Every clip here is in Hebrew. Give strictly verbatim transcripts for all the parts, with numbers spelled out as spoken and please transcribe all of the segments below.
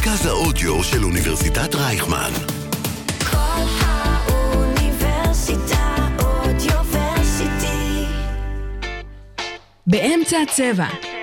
מרכז האודיו של אוניברסיטת רייכמן. כל האוניברסיטה אודיוורסיטי. באמצע הצבע.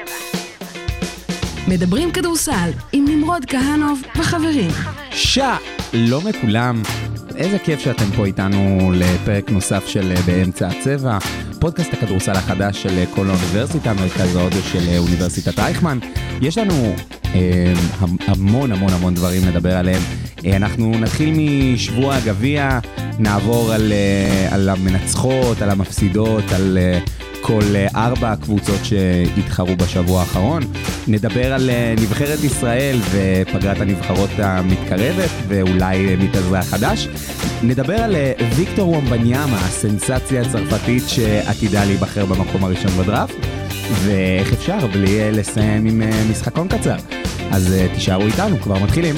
מדברים כדורסל עם נמרוד כהנוב וחברים. שלום לכולם. איזה כיף שאתם פה איתנו לפרק נוסף של באמצע הצבע, פודקאסט הכדורסל החדש של כל האוניברסיטה, מרכז האודיו של אוניברסיטת רייכמן. יש לנו אה, המון המון המון דברים לדבר עליהם. אה, אנחנו נתחיל משבוע הגביע, נעבור על, אה, על המנצחות, על המפסידות, על אה, כל אה, ארבע הקבוצות שהתחרו בשבוע האחרון. נדבר על אה, נבחרת ישראל ופגרת הנבחרות המתקרבת ואולי מתאזרי החדש. נדבר על אה, ויקטור וומבניאמה, הסנסציה הצרפתית שעתידה להיבחר במקום הראשון בדראפט. ואיך אפשר בלי לסיים עם משחקון קצר. אז תישארו איתנו, כבר מתחילים.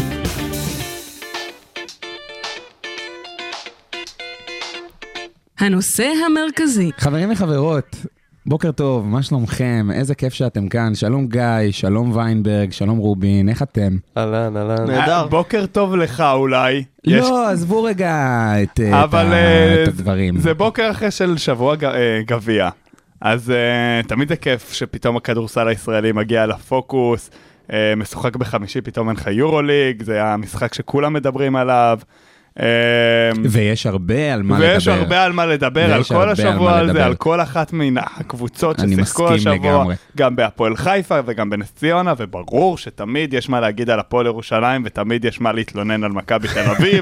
הנושא המרכזי. חברים וחברות, בוקר טוב, מה שלומכם? איזה כיף שאתם כאן. שלום גיא, שלום ויינברג, שלום רובין, איך אתם? אהלן, אהלן. נהדר. בוקר טוב לך אולי. לא, עזבו רגע את הדברים. זה בוקר אחרי של שבוע גביע. אז uh, תמיד זה כיף שפתאום הכדורסל הישראלי מגיע לפוקוס, uh, משוחק בחמישי, פתאום אין לך יורוליג, זה המשחק שכולם מדברים עליו. Uh, ויש הרבה על מה ויש לדבר. ויש הרבה על מה לדבר, על כל השבוע על זה, על כל אחת מן הקבוצות ששיחקו השבוע, לגמרי. גם בהפועל חיפה וגם בנס ציונה, וברור שתמיד יש מה להגיד על הפועל ירושלים, ותמיד יש מה להתלונן על מכבי תל אביב.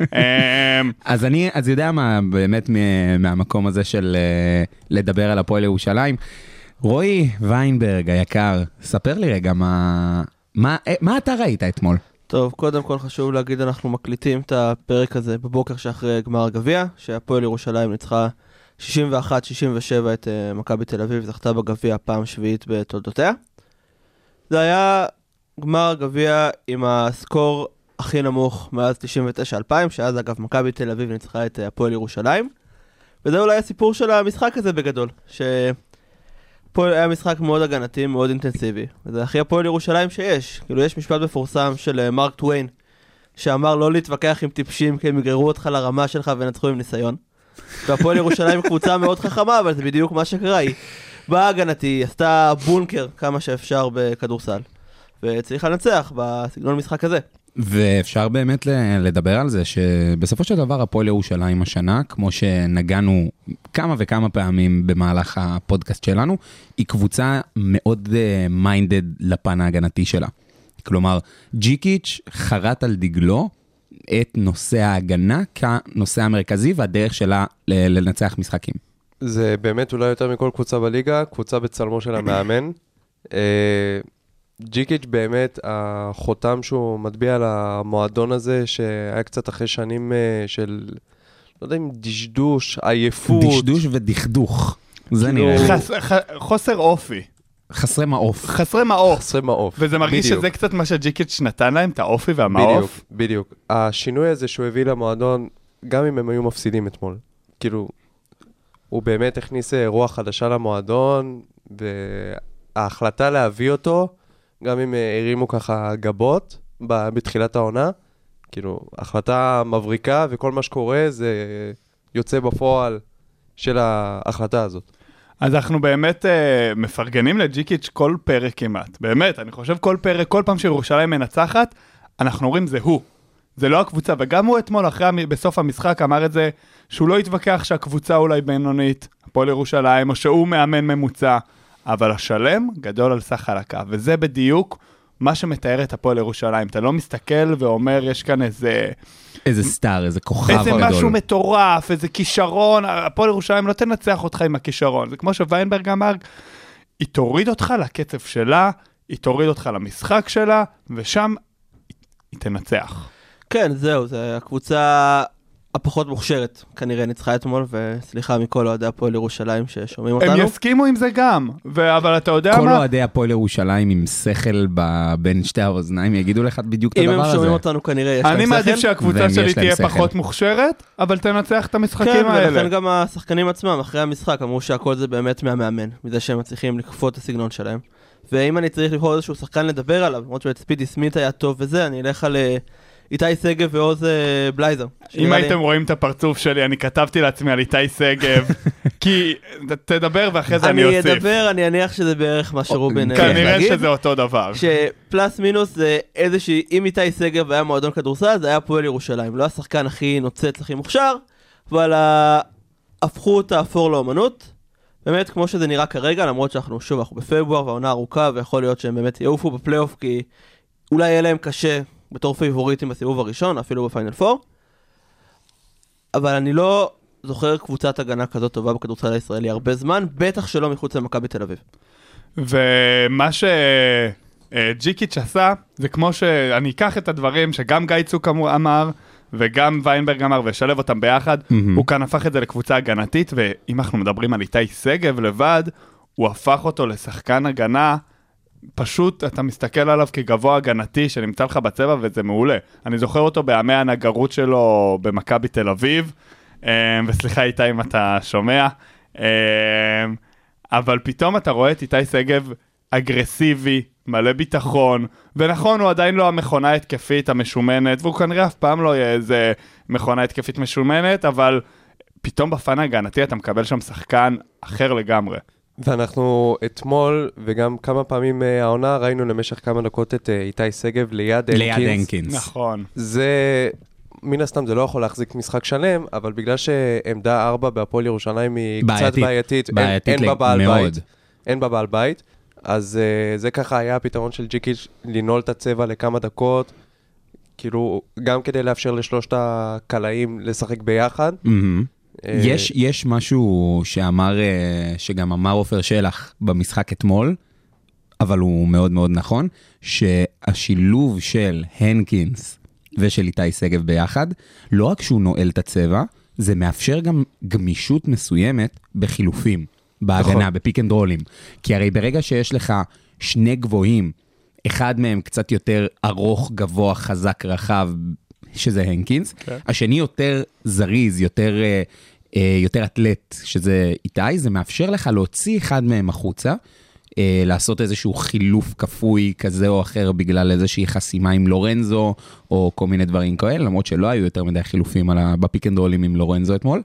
אז אני, אז יודע מה, באמת מהמקום הזה של לדבר על הפועל ירושלים, רועי ויינברג היקר, ספר לי רגע מה, מה, מה אתה ראית אתמול? טוב, קודם כל חשוב להגיד, אנחנו מקליטים את הפרק הזה בבוקר שאחרי גמר הגביע, שהפועל ירושלים ניצחה שישים ואחת שישים ושבע את uh, מכבי תל אביב, זכתה בגביע פעם שביעית בתולדותיה. זה היה גמר גביע עם הסקור הכי נמוך מאז תשעים ותשע אלפיים, שאז אגב מכבי תל אביב ניצחה את uh, הפועל ירושלים. וזה אולי הסיפור של המשחק הזה בגדול, ש... פה היה משחק מאוד הגנתי, מאוד אינטנסיבי. וזה הכי הפועל ירושלים שיש. כאילו יש משפט מפורסם של מרק טוויין, שאמר לא להתווכח עם טיפשים, כי הם יגררו אותך לרמה שלך ונצחו עם ניסיון. והפועל ירושלים קבוצה מאוד חכמה, אבל זה בדיוק מה שקרה. היא באה הגנתי, היא עשתה בונקר כמה שאפשר בכדורסל. וצריך לנצח בסגנון המשחק הזה. ואפשר באמת לדבר על זה שבסופו של דבר הפועל ירושלים השנה, כמו שנגענו כמה וכמה פעמים במהלך הפודקאסט שלנו, היא קבוצה מאוד מיינדד לפן ההגנתי שלה. כלומר, ג'יקיץ' חרט על דגלו את נושא ההגנה כנושא המרכזי והדרך שלה לנצח משחקים. זה באמת אולי יותר מכל קבוצה בליגה, קבוצה בצלמו של המאמן. ג'יקיץ' באמת, החותם שהוא מטביע על המועדון הזה, שהיה קצת אחרי שנים של, לא יודע אם דשדוש, עייפות. דשדוש ודכדוך. זה נראה. חוסר אופי. חסרי מעוף. חסרי מעוף. חסרי מעוף. וזה מרגיש שזה קצת מה שג'יקיץ' נתן להם, את האופי והמעוף. בדיוק, בדיוק. השינוי הזה שהוא הביא למועדון, גם אם הם היו מפסידים אתמול, כאילו, הוא באמת הכניס רוח חדשה למועדון, וההחלטה להביא אותו, גם אם הרימו ככה גבות בתחילת העונה, כאילו, החלטה מבריקה, וכל מה שקורה זה יוצא בפועל של ההחלטה הזאת. אז אנחנו באמת uh, מפרגנים לג'יקיץ' כל פרק כמעט. באמת, אני חושב כל פרק, כל פעם שירושלים מנצחת, אנחנו רואים זה הוא. זה לא הקבוצה, וגם הוא אתמול, אחרי, בסוף המשחק, אמר את זה, שהוא לא יתווכח שהקבוצה אולי בינונית, הפועל ירושלים, או שהוא מאמן ממוצע, אבל השלם גדול על סך חלקה, וזה בדיוק מה שמתאר את הפועל ירושלים. אתה לא מסתכל ואומר, יש כאן איזה... איזה סטאר, איזה כוכב איזה גדול. משהו מטורף, איזה כישרון. הפועל ירושלים לא תנצח אותך עם הכישרון. זה כמו שוויינברג אמר, היא תוריד אותך לקצב שלה, היא תוריד אותך למשחק שלה, ושם היא תנצח. כן, זהו, זה הקבוצה הפחות מוכשרת, כנראה ניצחה אתמול, וסליחה מכל אוהדי הפועל ירושלים ששומעים אותנו. הם יסכימו עם זה גם, ו- אבל אתה יודע כל מה? כל אוהדי הפועל ירושלים עם שכל ב- בין שתי האוזניים יגידו לך בדיוק את הדבר הזה. אם הם שומעים אותנו כנראה יש להם אני שכל. מעדיף שהקבוצה שלי תהיה שכל. פחות מוכשרת, אבל תנצח את המשחקים כן, האלה. ולכן גם השחקנים עצמם, אחרי המשחק, אמרו שהכל זה באמת מהמאמן, מזה שהם מצליחים לקפות את הסגנון שלהם. ואם אני צריך לבחור איזשהו שחקן לדבר עליו, למרות שאת ספידי סמית היה טוב וזה, אני אלך על איתי סגב ועוז בלייזר. אם הייתם רואים את הפרצוף שלי, אני כתבתי לעצמי על איתי סגב, כי תדבר ואחרי זה אני אוסיף. אני אדבר, אני אניח שזה בערך מה שרובין להגיד. כנראה שזה אותו דבר. שפלס מינוס זה איזושהי, אם איתי סגב היה מועדון כדורסל, זה היה פועל ירושלים. לא השחקן הכי נוצץ, הכי מוכשר, אבל הפכו את האפור לאומנות. באמת, כמו שזה נראה כרגע, למרות שאנחנו שוב, אנחנו בפברואר והעונה ארוכה, ויכול להיות שהם באמת יעופו בפלייאוף, כי אולי יהיה להם קשה בתור פייבוריטים בסיבוב הראשון, אפילו בפיינל פור. אבל אני לא זוכר קבוצת הגנה כזאת טובה בכדורסל הישראלי הרבה זמן, בטח שלא מחוץ למכבי תל אביב. ומה שג'יקיץ' עשה, זה כמו שאני אקח את הדברים שגם גיא צוק אמר, וגם ויינברג אמר, ושלב אותם ביחד, הוא כאן הפך את זה לקבוצה הגנתית, ואם אנחנו מדברים על איתי סגב לבד, הוא הפך אותו לשחקן הגנה, פשוט אתה מסתכל עליו כגבוה הגנתי שנמצא לך בצבע, וזה מעולה. אני זוכר אותו בימי הנגרות שלו במכבי תל אביב, וסליחה איתי אם אתה שומע, אבל פתאום אתה רואה את איתי סגב אגרסיבי, מלא ביטחון, ונכון, הוא עדיין לא המכונה התקפית המשומנת, והוא כנראה אף פעם לא יהיה איזה מכונה התקפית משומנת, אבל פתאום בפן ההגנתי אתה מקבל שם שחקן אחר לגמרי. ואנחנו אתמול, וגם כמה פעמים העונה, ראינו למשך כמה דקות את איתי סגב ליד הנקינס. ליד הנקינס. נכון. זה, מן הסתם זה לא יכול להחזיק משחק שלם, אבל בגלל שעמדה ארבע בהפועל ירושלים היא קצת בעייתית, אין בה בעל בית. אין בה בעל בית. אז uh, זה ככה היה הפתרון של ג'יקיץ' לנעול את הצבע לכמה דקות, כאילו גם כדי לאפשר לשלושת הקלעים לשחק ביחד. Mm-hmm. uh, יש, יש משהו שאמר, uh, שגם אמר עופר שלח במשחק אתמול, אבל הוא מאוד מאוד נכון, שהשילוב של הנקינס ושל איתי סגב ביחד, לא רק שהוא נועל את הצבע, זה מאפשר גם גמישות מסוימת בחילופים. בהגנה, בפיק אנד רולים. כי הרי ברגע שיש לך שני גבוהים, אחד מהם קצת יותר ארוך, גבוה, חזק, רחב, שזה הנקינס, okay. השני יותר זריז, יותר, יותר אתלט, שזה איתי, זה מאפשר לך להוציא אחד מהם החוצה, לעשות איזשהו חילוף כפוי כזה או אחר, בגלל איזושהי חסימה עם לורנזו, או כל מיני דברים כאלה, למרות שלא היו יותר מדי חילופים בפיק אנד רולים עם לורנזו אתמול,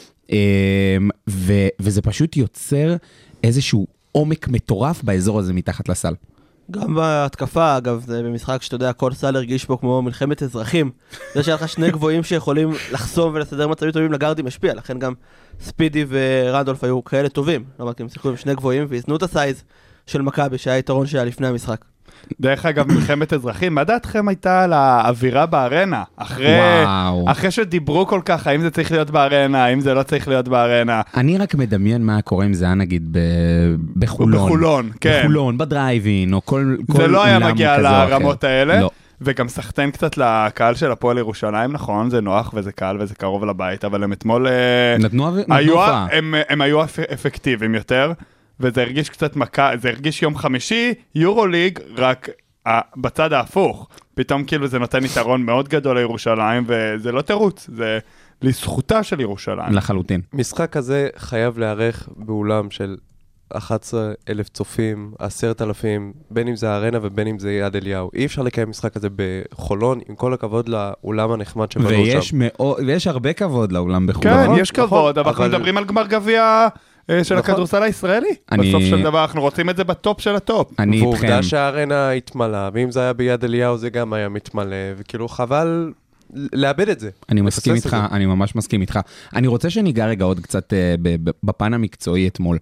ו- וזה פשוט יוצר איזשהו עומק מטורף באזור הזה מתחת לסל. גם בהתקפה, אגב, זה במשחק שאתה יודע, כל סל הרגיש פה כמו מלחמת אזרחים. זה שהיה לך שני גבוהים שיכולים לחסום ולסדר מצבים טובים לגרדים משפיע, לכן גם ספידי ורנדולף היו כאלה טובים. לא אמרתי, הם שיחקו עם שני גבוהים והזנו את הסייז של מכבי, שהיה יתרון שהיה לפני המשחק. דרך אגב, מלחמת אזרחים, מה דעתכם הייתה על האווירה בארנה? אחרי, אחרי שדיברו כל כך, האם זה צריך להיות בארנה, האם זה לא צריך להיות בארנה? אני רק מדמיין מה קורה אם זה היה נגיד בחולון. בחולון, כן. בחולון, בדרייבין, או כל אולם כזה או אחר. זה לא היה מגיע לרמות האלה. לא. וגם סחטן קצת לקהל של הפועל ירושלים, נכון, זה נוח וזה קל וזה קרוב לבית, אבל הם אתמול... נתנו הופעה. הם, הם היו אפקטיביים יותר. וזה הרגיש קצת מכה, זה הרגיש יום חמישי, יורוליג, רק uh, בצד ההפוך. פתאום כאילו זה נותן יתרון מאוד גדול לירושלים, וזה לא תירוץ, זה לזכותה של ירושלים. לחלוטין. משחק כזה חייב להיערך באולם של אחד עשר אלף צופים, עשרת אלפים, בין אם זה הארנה ובין אם זה יד אליהו. אי אפשר לקיים משחק כזה בחולון, עם כל הכבוד לאולם הנחמד שבנו ויש שם. מאו, ויש הרבה כבוד לאולם בחולון. כן, יש כבוד, אבל אנחנו מדברים על גמר גביע... של הכדורסל הישראלי. בסוף של דבר אנחנו רוצים את זה בטופ של הטופ. ועובדה שהארנה התמלה, ואם זה היה ביד אליהו זה גם היה מתמלא, וכאילו חבל לאבד את זה. אני מסכים איתך, אני ממש מסכים איתך. אני רוצה שניגע רגע עוד קצת בפן המקצועי אתמול.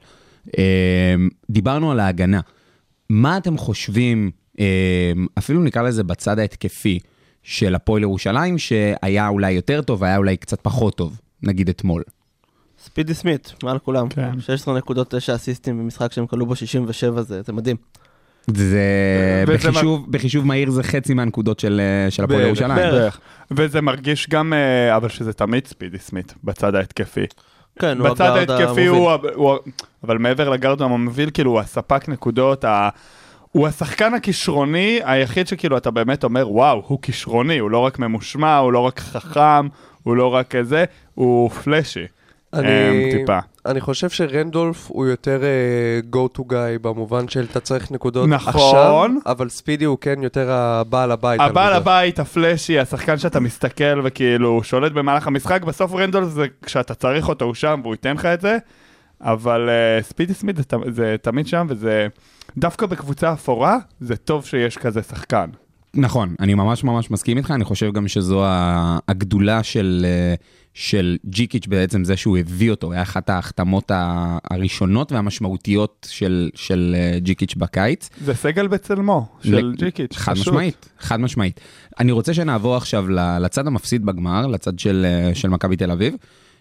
דיברנו על ההגנה. מה אתם חושבים, אפילו נקרא לזה בצד ההתקפי של הפועל ירושלים, שהיה אולי יותר טוב, היה אולי קצת פחות טוב, נגיד אתמול. ספידי סמית, מעל כולם. שש עשרה נקודות תשע אסיסטים במשחק שהם קלו בו שישים ושבע, זה, זה מדהים. זה בחישוב, בחישוב מהיר זה חצי מהנקודות של, של הפועל ירושלים. בערך. וזה מרגיש גם, אבל שזה תמיד ספידי סמית, בצד ההתקפי. כן, הוא בצד ההתקפי הוא, הוא, אבל מעבר לגרד הוא המוביל, כאילו הוא הספק נקודות, ה... הוא השחקן הכישרוני היחיד שכאילו אתה באמת אומר, וואו, הוא כישרוני, הוא לא רק ממושמע, הוא לא רק חכם, הוא לא רק כזה, הוא פלשי. אני, טיפה. אני חושב שרנדולף הוא יותר uh, go to guy במובן של אתה צריך נקודות נכון. עכשיו, אבל ספידי הוא כן יותר הבעל הבית. הבעל הבית, הפלשי, השחקן שאתה מסתכל וכאילו שולט במהלך המשחק, בסוף רנדולף זה כשאתה צריך אותו הוא שם והוא ייתן לך את זה, אבל uh, ספידי סמית זה, זה תמיד שם, וזה דווקא בקבוצה אפורה, זה טוב שיש כזה שחקן. נכון, אני ממש ממש מסכים איתך, אני חושב גם שזו הגדולה של, של ג'יקיץ' בעצם זה שהוא הביא אותו, היה אחת ההחתמות הראשונות והמשמעותיות של, של ג'יקיץ' בקיץ. זה סגל בצלמו של ג'יקיץ'. חד משמעית, חד משמעית. אני רוצה שנעבור עכשיו לצד המפסיד בגמר, לצד של, של מכבי תל אביב.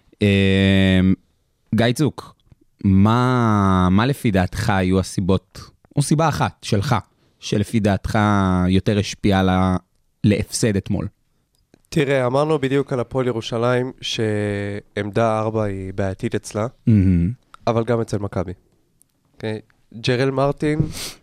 גיא צוק, מה, מה לפי דעתך היו הסיבות, או סיבה אחת שלך, שלפי דעתך יותר השפיעה לה, להפסד אתמול? תראה, אמרנו בדיוק על הפועל ירושלים שעמדה ארבע היא בעייתית אצלה, mm-hmm. אבל גם אצל מכבי. Okay. ג'רל מרטין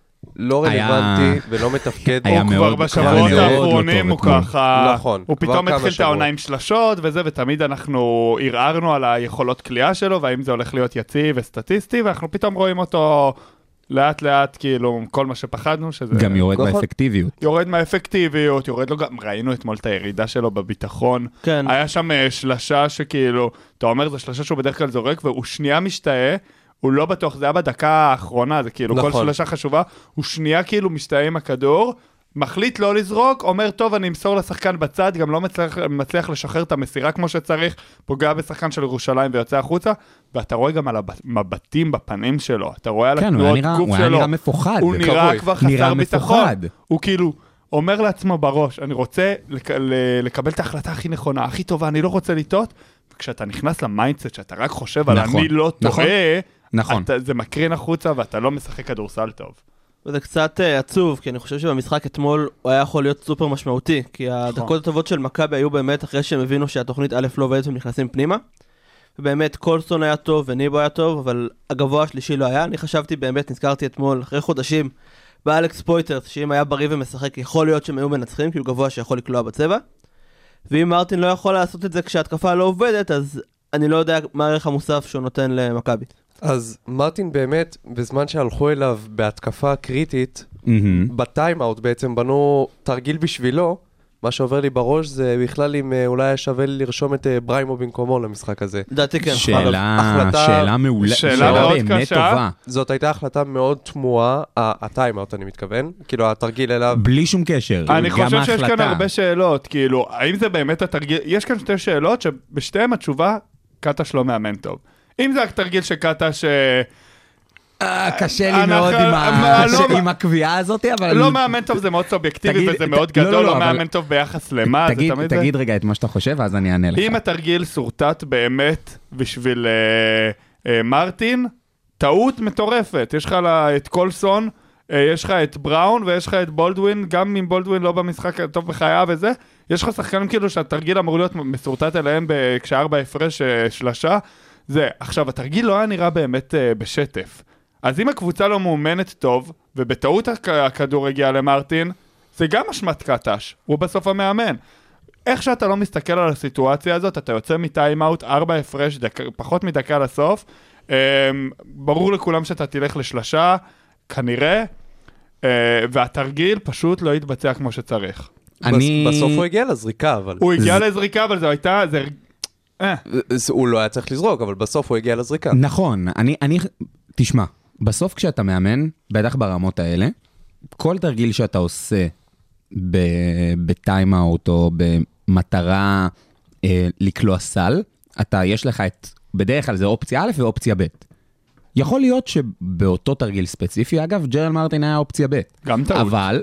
לא רלוונטי ולא מתפקד. הוא כבר בשבועות האחרונים הוא ככה, נכון, הוא פתאום התחיל את העונה עם שלשות וזה, ותמיד אנחנו ערערנו על היכולות קליעה שלו, והאם זה הולך להיות יציב וסטטיסטי, ואנחנו פתאום רואים אותו לאט לאט, כאילו, כל מה שפחדנו, שזה... גם יורד מהאפקטיביות. יורד מהאפקטיביות, יורד לו גם... ראינו אתמול את הירידה שלו בביטחון. כן. היה שם שלשה שכאילו, אתה אומר, זה שלשה שהוא בדרך כלל זורק, והוא שנייה משתאה, הוא לא בטוח, זה היה בדקה האחרונה, זה כאילו, נכון. כל שלשה חשובה, הוא שנייה כאילו משתאה עם הכדור, מחליט לא לזרוק, אומר, טוב, אני אמסור לשחקן בצד, גם לא מצליח, מצליח לשחרר את המסירה כמו שצריך, פוגע בשחקן של ירושלים ויוצא החוצה, ואתה רואה גם על המבטים בפנים שלו, אתה רואה על כן, התנועות נראה, גוף הוא שלו. הוא היה נראה מפוחד. הוא נראה כבוי. כבר חסר נראה ביטחון. מפוחד. הוא כאילו אומר לעצמו בראש, אני רוצה לק- לקבל את ההחלטה הכי נכונה, הכי טובה, אני לא רוצה לטעות, וכשאתה נכנס למיינדסט, שאתה רק חושב על נכון, אני לא נכון, טועה, נכון. אתה, זה מקרין החוצה ואתה לא משחק כדורסל טוב. וזה קצת uh, עצוב, כי אני חושב שבמשחק אתמול הוא היה יכול להיות סופר משמעותי, כי הדקות הטובות של מכבי היו באמת אחרי שהם הבינו שהתוכנית א' לא עובדת והם נכנסים פנימה, ובאמת קולסון היה טוב וניבו היה טוב, אבל הגבוה השלישי לא היה. אני חשבתי באמת, נזכרתי אתמול, אחרי חודשים, באלכס פויטרס, שאם היה בריא ומשחק, יכול להיות שהם היו מנצחים, כאילו גבוה שיכול לקלוע בצבע, ואם מרטין לא יכול לעשות את זה כשהתקפה לא עובדת, אז אני לא יודע מה הערך המוסף שהוא נותן למכבי. אז מרטין באמת, בזמן שהלכו אליו בהתקפה קריטית, mm-hmm. בטיימאוט בעצם בנו תרגיל בשבילו, מה שעובר לי בראש זה בכלל אם אולי היה שווה לרשום את בריימו במקומו למשחק הזה. דעתי כן. שאלה, החלטה, שאלה מעולה, שאלה שאלה מאוד באמת קשה. טובה. זאת הייתה החלטה מאוד תמוהה, הטיימאוט אני מתכוון, כאילו התרגיל אליו. בלי שום קשר. אני גם חושב שיש כאן ההחלטה. הרבה שאלות, כאילו, האם זה באמת התרגיל, יש כאן שתי שאלות שבשתיהם התשובה, קטש לא מאמן טוב. אם זה התרגיל שקטש... קשה לי מאוד עם הקביעה הזאת, אבל... לא מאמן טוב זה מאוד סובייקטיבי וזה מאוד גדול, לא מאמן טוב ביחס למה, זה תמיד זה. תגיד רגע את מה שאתה חושב, אז אני אענה לך. אם התרגיל סורטט באמת בשביל מרטין, טעות מטורפת. יש לך את קולסון, יש לך את בראון ויש לך את בולדווין, גם אם בולדווין לא במשחק טוב בחייו וזה, יש לך שחקנים כאילו שהתרגיל אמור להיות מסורטט אליהם כשארבע הפרש שלשה. זה, עכשיו, התרגיל לא היה נראה באמת בשטף. אז אם הקבוצה לא מאומנת טוב, ובטעות הכדור הגיע למרטין, זה גם אשמת קטש, הוא בסוף המאמן. איך שאתה לא מסתכל על הסיטואציה הזאת, אתה יוצא מטיימאוט, ארבע הפרש, דק, פחות מדקה לסוף, אה, ברור לכולם שאתה תלך לשלשה, כנראה, אה, והתרגיל פשוט לא יתבצע כמו שצריך. אני... בסוף הוא הגיע לזריקה, אבל... הוא הגיע לזריקה, אבל זו הייתה... זה... אה. הוא לא היה צריך לזרוק, אבל בסוף הוא הגיע לזריקה. נכון, אני... אני... תשמע. בסוף כשאתה מאמן, בטח ברמות האלה, כל תרגיל שאתה עושה בטיימאוט או במטרה אה, לקלוע סל, אתה, יש לך את, בדרך כלל זה אופציה א' ואופציה ב'. יכול להיות שבאותו תרגיל ספציפי, אגב, ג'רל מרטין היה אופציה ב'. גם טעות. אבל,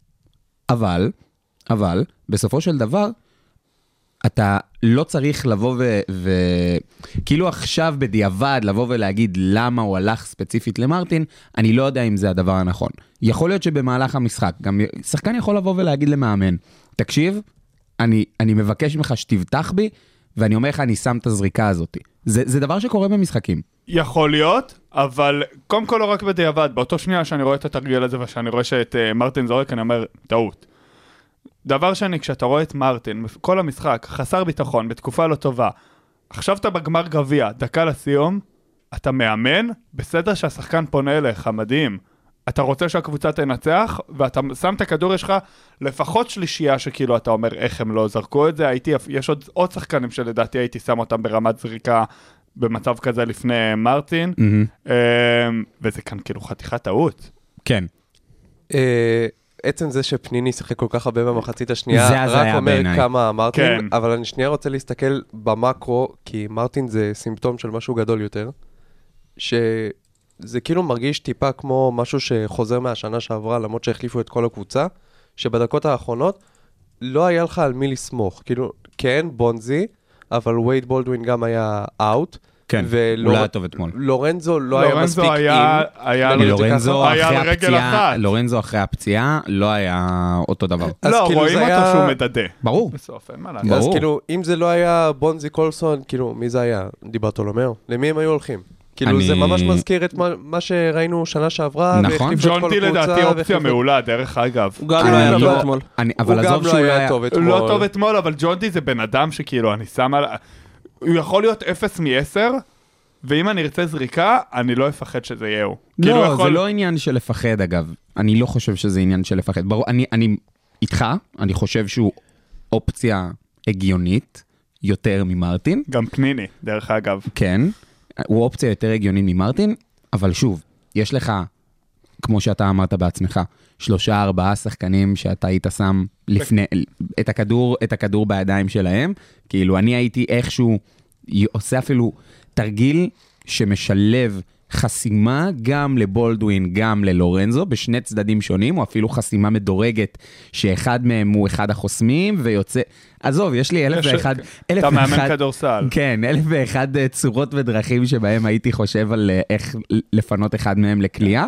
אבל, אבל, בסופו של דבר, אתה לא צריך לבוא ו... ו... כאילו עכשיו בדיעבד לבוא ולהגיד למה הוא הלך ספציפית למרטין, אני לא יודע אם זה הדבר הנכון. יכול להיות שבמהלך המשחק, גם שחקן יכול לבוא ולהגיד למאמן, תקשיב, אני, אני מבקש ממך שתבטח בי, ואני אומר לך, אני שם את הזריקה הזאת. זה, זה דבר שקורה במשחקים. יכול להיות, אבל קודם כל לא רק בדיעבד, באותו שנייה שאני רואה את התרגיל הזה, ושאני רואה שאת uh, מרטין זורק, אני אומר, טעות. דבר שני, כשאתה רואה את מרטין, כל המשחק, חסר ביטחון, בתקופה לא טובה, עכשיו אתה בגמר גביע, דקה לסיום, אתה מאמן, בסדר שהשחקן פונה אליך, מדהים. אתה רוצה שהקבוצה תנצח, ואתה שם את הכדור, יש לך לפחות שלישייה שכאילו אתה אומר איך הם לא זרקו את זה, הייתי, יש עוד, עוד שחקנים שלדעתי הייתי שם אותם ברמת זריקה, במצב כזה לפני מרטין, mm-hmm. וזה כאן כאילו חתיכת טעות. כן. עצם זה שפניני שיחק כל כך הרבה במחצית השנייה, רק אומר כמה מרטין, כן. אבל אני שנייה רוצה להסתכל במקרו, כי מרטין זה סימפטום של משהו גדול יותר, שזה כאילו מרגיש טיפה כמו משהו שחוזר מהשנה שעברה, למרות שהחליפו את כל הקבוצה, שבדקות האחרונות לא היה לך על מי לסמוך, כאילו, כן, בונזי, אבל וייד בולדווין גם היה אאוט, כן, הוא לא היה טוב אתמול. לורנזו לא היה מספיק עם. לורנזו אחרי הפציעה, לורנזו אחרי הפציעה לא היה אותו דבר. לא, רואים אותו שהוא מדדה. ברור. בסוף, אין מה לעשות. אז כאילו, אם זה לא היה בונזי קולסון, כאילו, מי זה היה? דיברת לומר? למי הם היו הולכים? כאילו, זה ממש מזכיר את מה שראינו שנה שעברה, נכון. ג'ונטי לדעתי אופציה מעולה, דרך אגב. הוא גם לא היה טוב אתמול. הוא גם לא היה טוב אתמול. הוא לא טוב אתמול, אבל ג'ונטי זה בן אדם שכאילו, אני שם על... הוא יכול להיות אפס מ-עשר, ואם אני ארצה זריקה, אני לא אפחד שזה יהיה הוא. לא, יכול... זה לא עניין של לפחד, אגב. אני לא חושב שזה עניין של לפחד. ברור, אני, אני איתך, אני חושב שהוא אופציה הגיונית, יותר ממרטין. גם פניני, דרך אגב. כן, הוא אופציה יותר הגיונית ממרטין, אבל שוב, יש לך, כמו שאתה אמרת בעצמך, שלושה, ארבעה שחקנים שאתה היית שם לפני, את הכדור, את הכדור בידיים שלהם, כאילו אני הייתי איכשהו, עושה אפילו תרגיל שמשלב חסימה גם לבולדווין, גם ללורנזו, בשני צדדים שונים, או אפילו חסימה מדורגת, שאחד מהם הוא אחד החוסמים, ויוצא, עזוב, יש לי אלף ואחד, אתה מאמן כדורסל. כן, אלף ואחד צורות ודרכים שבהם הייתי חושב על איך לפנות אחד מהם לקליעה.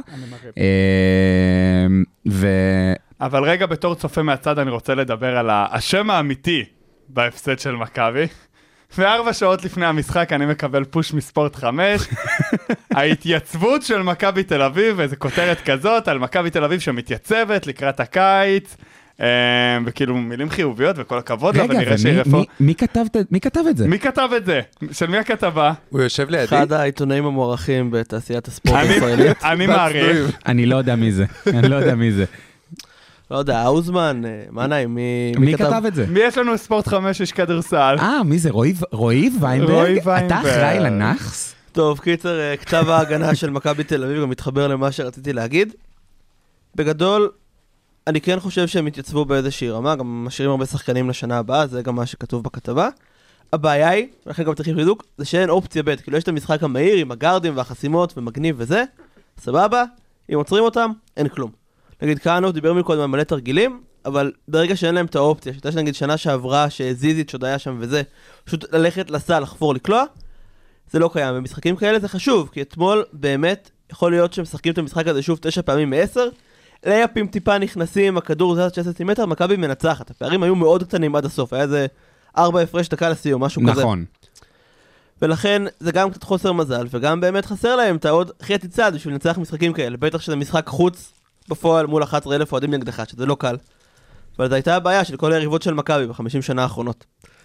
ו... אבל רגע, בתור צופה מהצד, אני רוצה לדבר על השם האמיתי בהפסד של מכבי. וארבע שעות לפני המשחק אני מקבל פוש מספורט חמש, ההתייצבות של מכבי תל אביב, איזו כותרת כזאת על מכבי תל אביב שמתייצבת לקראת הקיץ, וכאילו מילים חיוביות וכל הכבוד לה, ונראה שהיא רפור... מי כתב את זה? מי כתב את זה? של מי הכתבה? הוא יושב לידי? אחד העיתונאים המוערכים בתעשיית הספורט הישראלית. אני מעריך. אני לא יודע מי זה, אני לא יודע מי זה. לא יודע, האוזמן, מה נעים, מי כתב את זה? מי יש לנו ספורט חמש איש כדורסל? אה, מי זה? רועי ויינברג? אתה אחראי לנחס? טוב, קיצר, כתב ההגנה של מכבי תל אביב גם מתחבר למה שרציתי להגיד. בגדול, אני כן חושב שהם התייצבו באיזושהי רמה, גם משאירים הרבה שחקנים לשנה הבאה, זה גם מה שכתוב בכתבה. הבעיה היא, ולכן גם צריכים חיזוק, זה שאין אופציה ב', כאילו יש את המשחק המהיר עם הגארדים והחסימות ומגניב וזה, סבבה, אם עוצרים אותם, אין כלום. נגיד קאנוב דיבר מקודם על מלא תרגילים, אבל ברגע שאין להם את האופציה, שאתה שנגיד שנה שעברה שזיזית שעוד היה שם וזה, פשוט ללכת לסל, לחפור, לקלוע, זה לא קיים. במשחקים כאלה זה חשוב, כי אתמול באמת יכול להיות שהם משחקים את המשחק הזה שוב תשע פעמים מעשר, לייפים טיפה נכנסים, הכדור זה תשע סנטימטר, מכבי מנצחת. הפערים היו מאוד קטנים עד הסוף, היה איזה ארבע הפרש דקה לסיום, משהו כזה. נכון. ולכן זה גם קצת חוסר מזל, וגם באמת חסר להם את העוד חצי צעד בשביל לנצח משחקים כאלה. בטח שזה משחק חוץ בפועל מול אחת עשרה אלף אוהדים נגדך, שזה לא קל. אבל זו הייתה הבעיה של כל היריבות של מכבי ב-חמישים שנה האחרונות.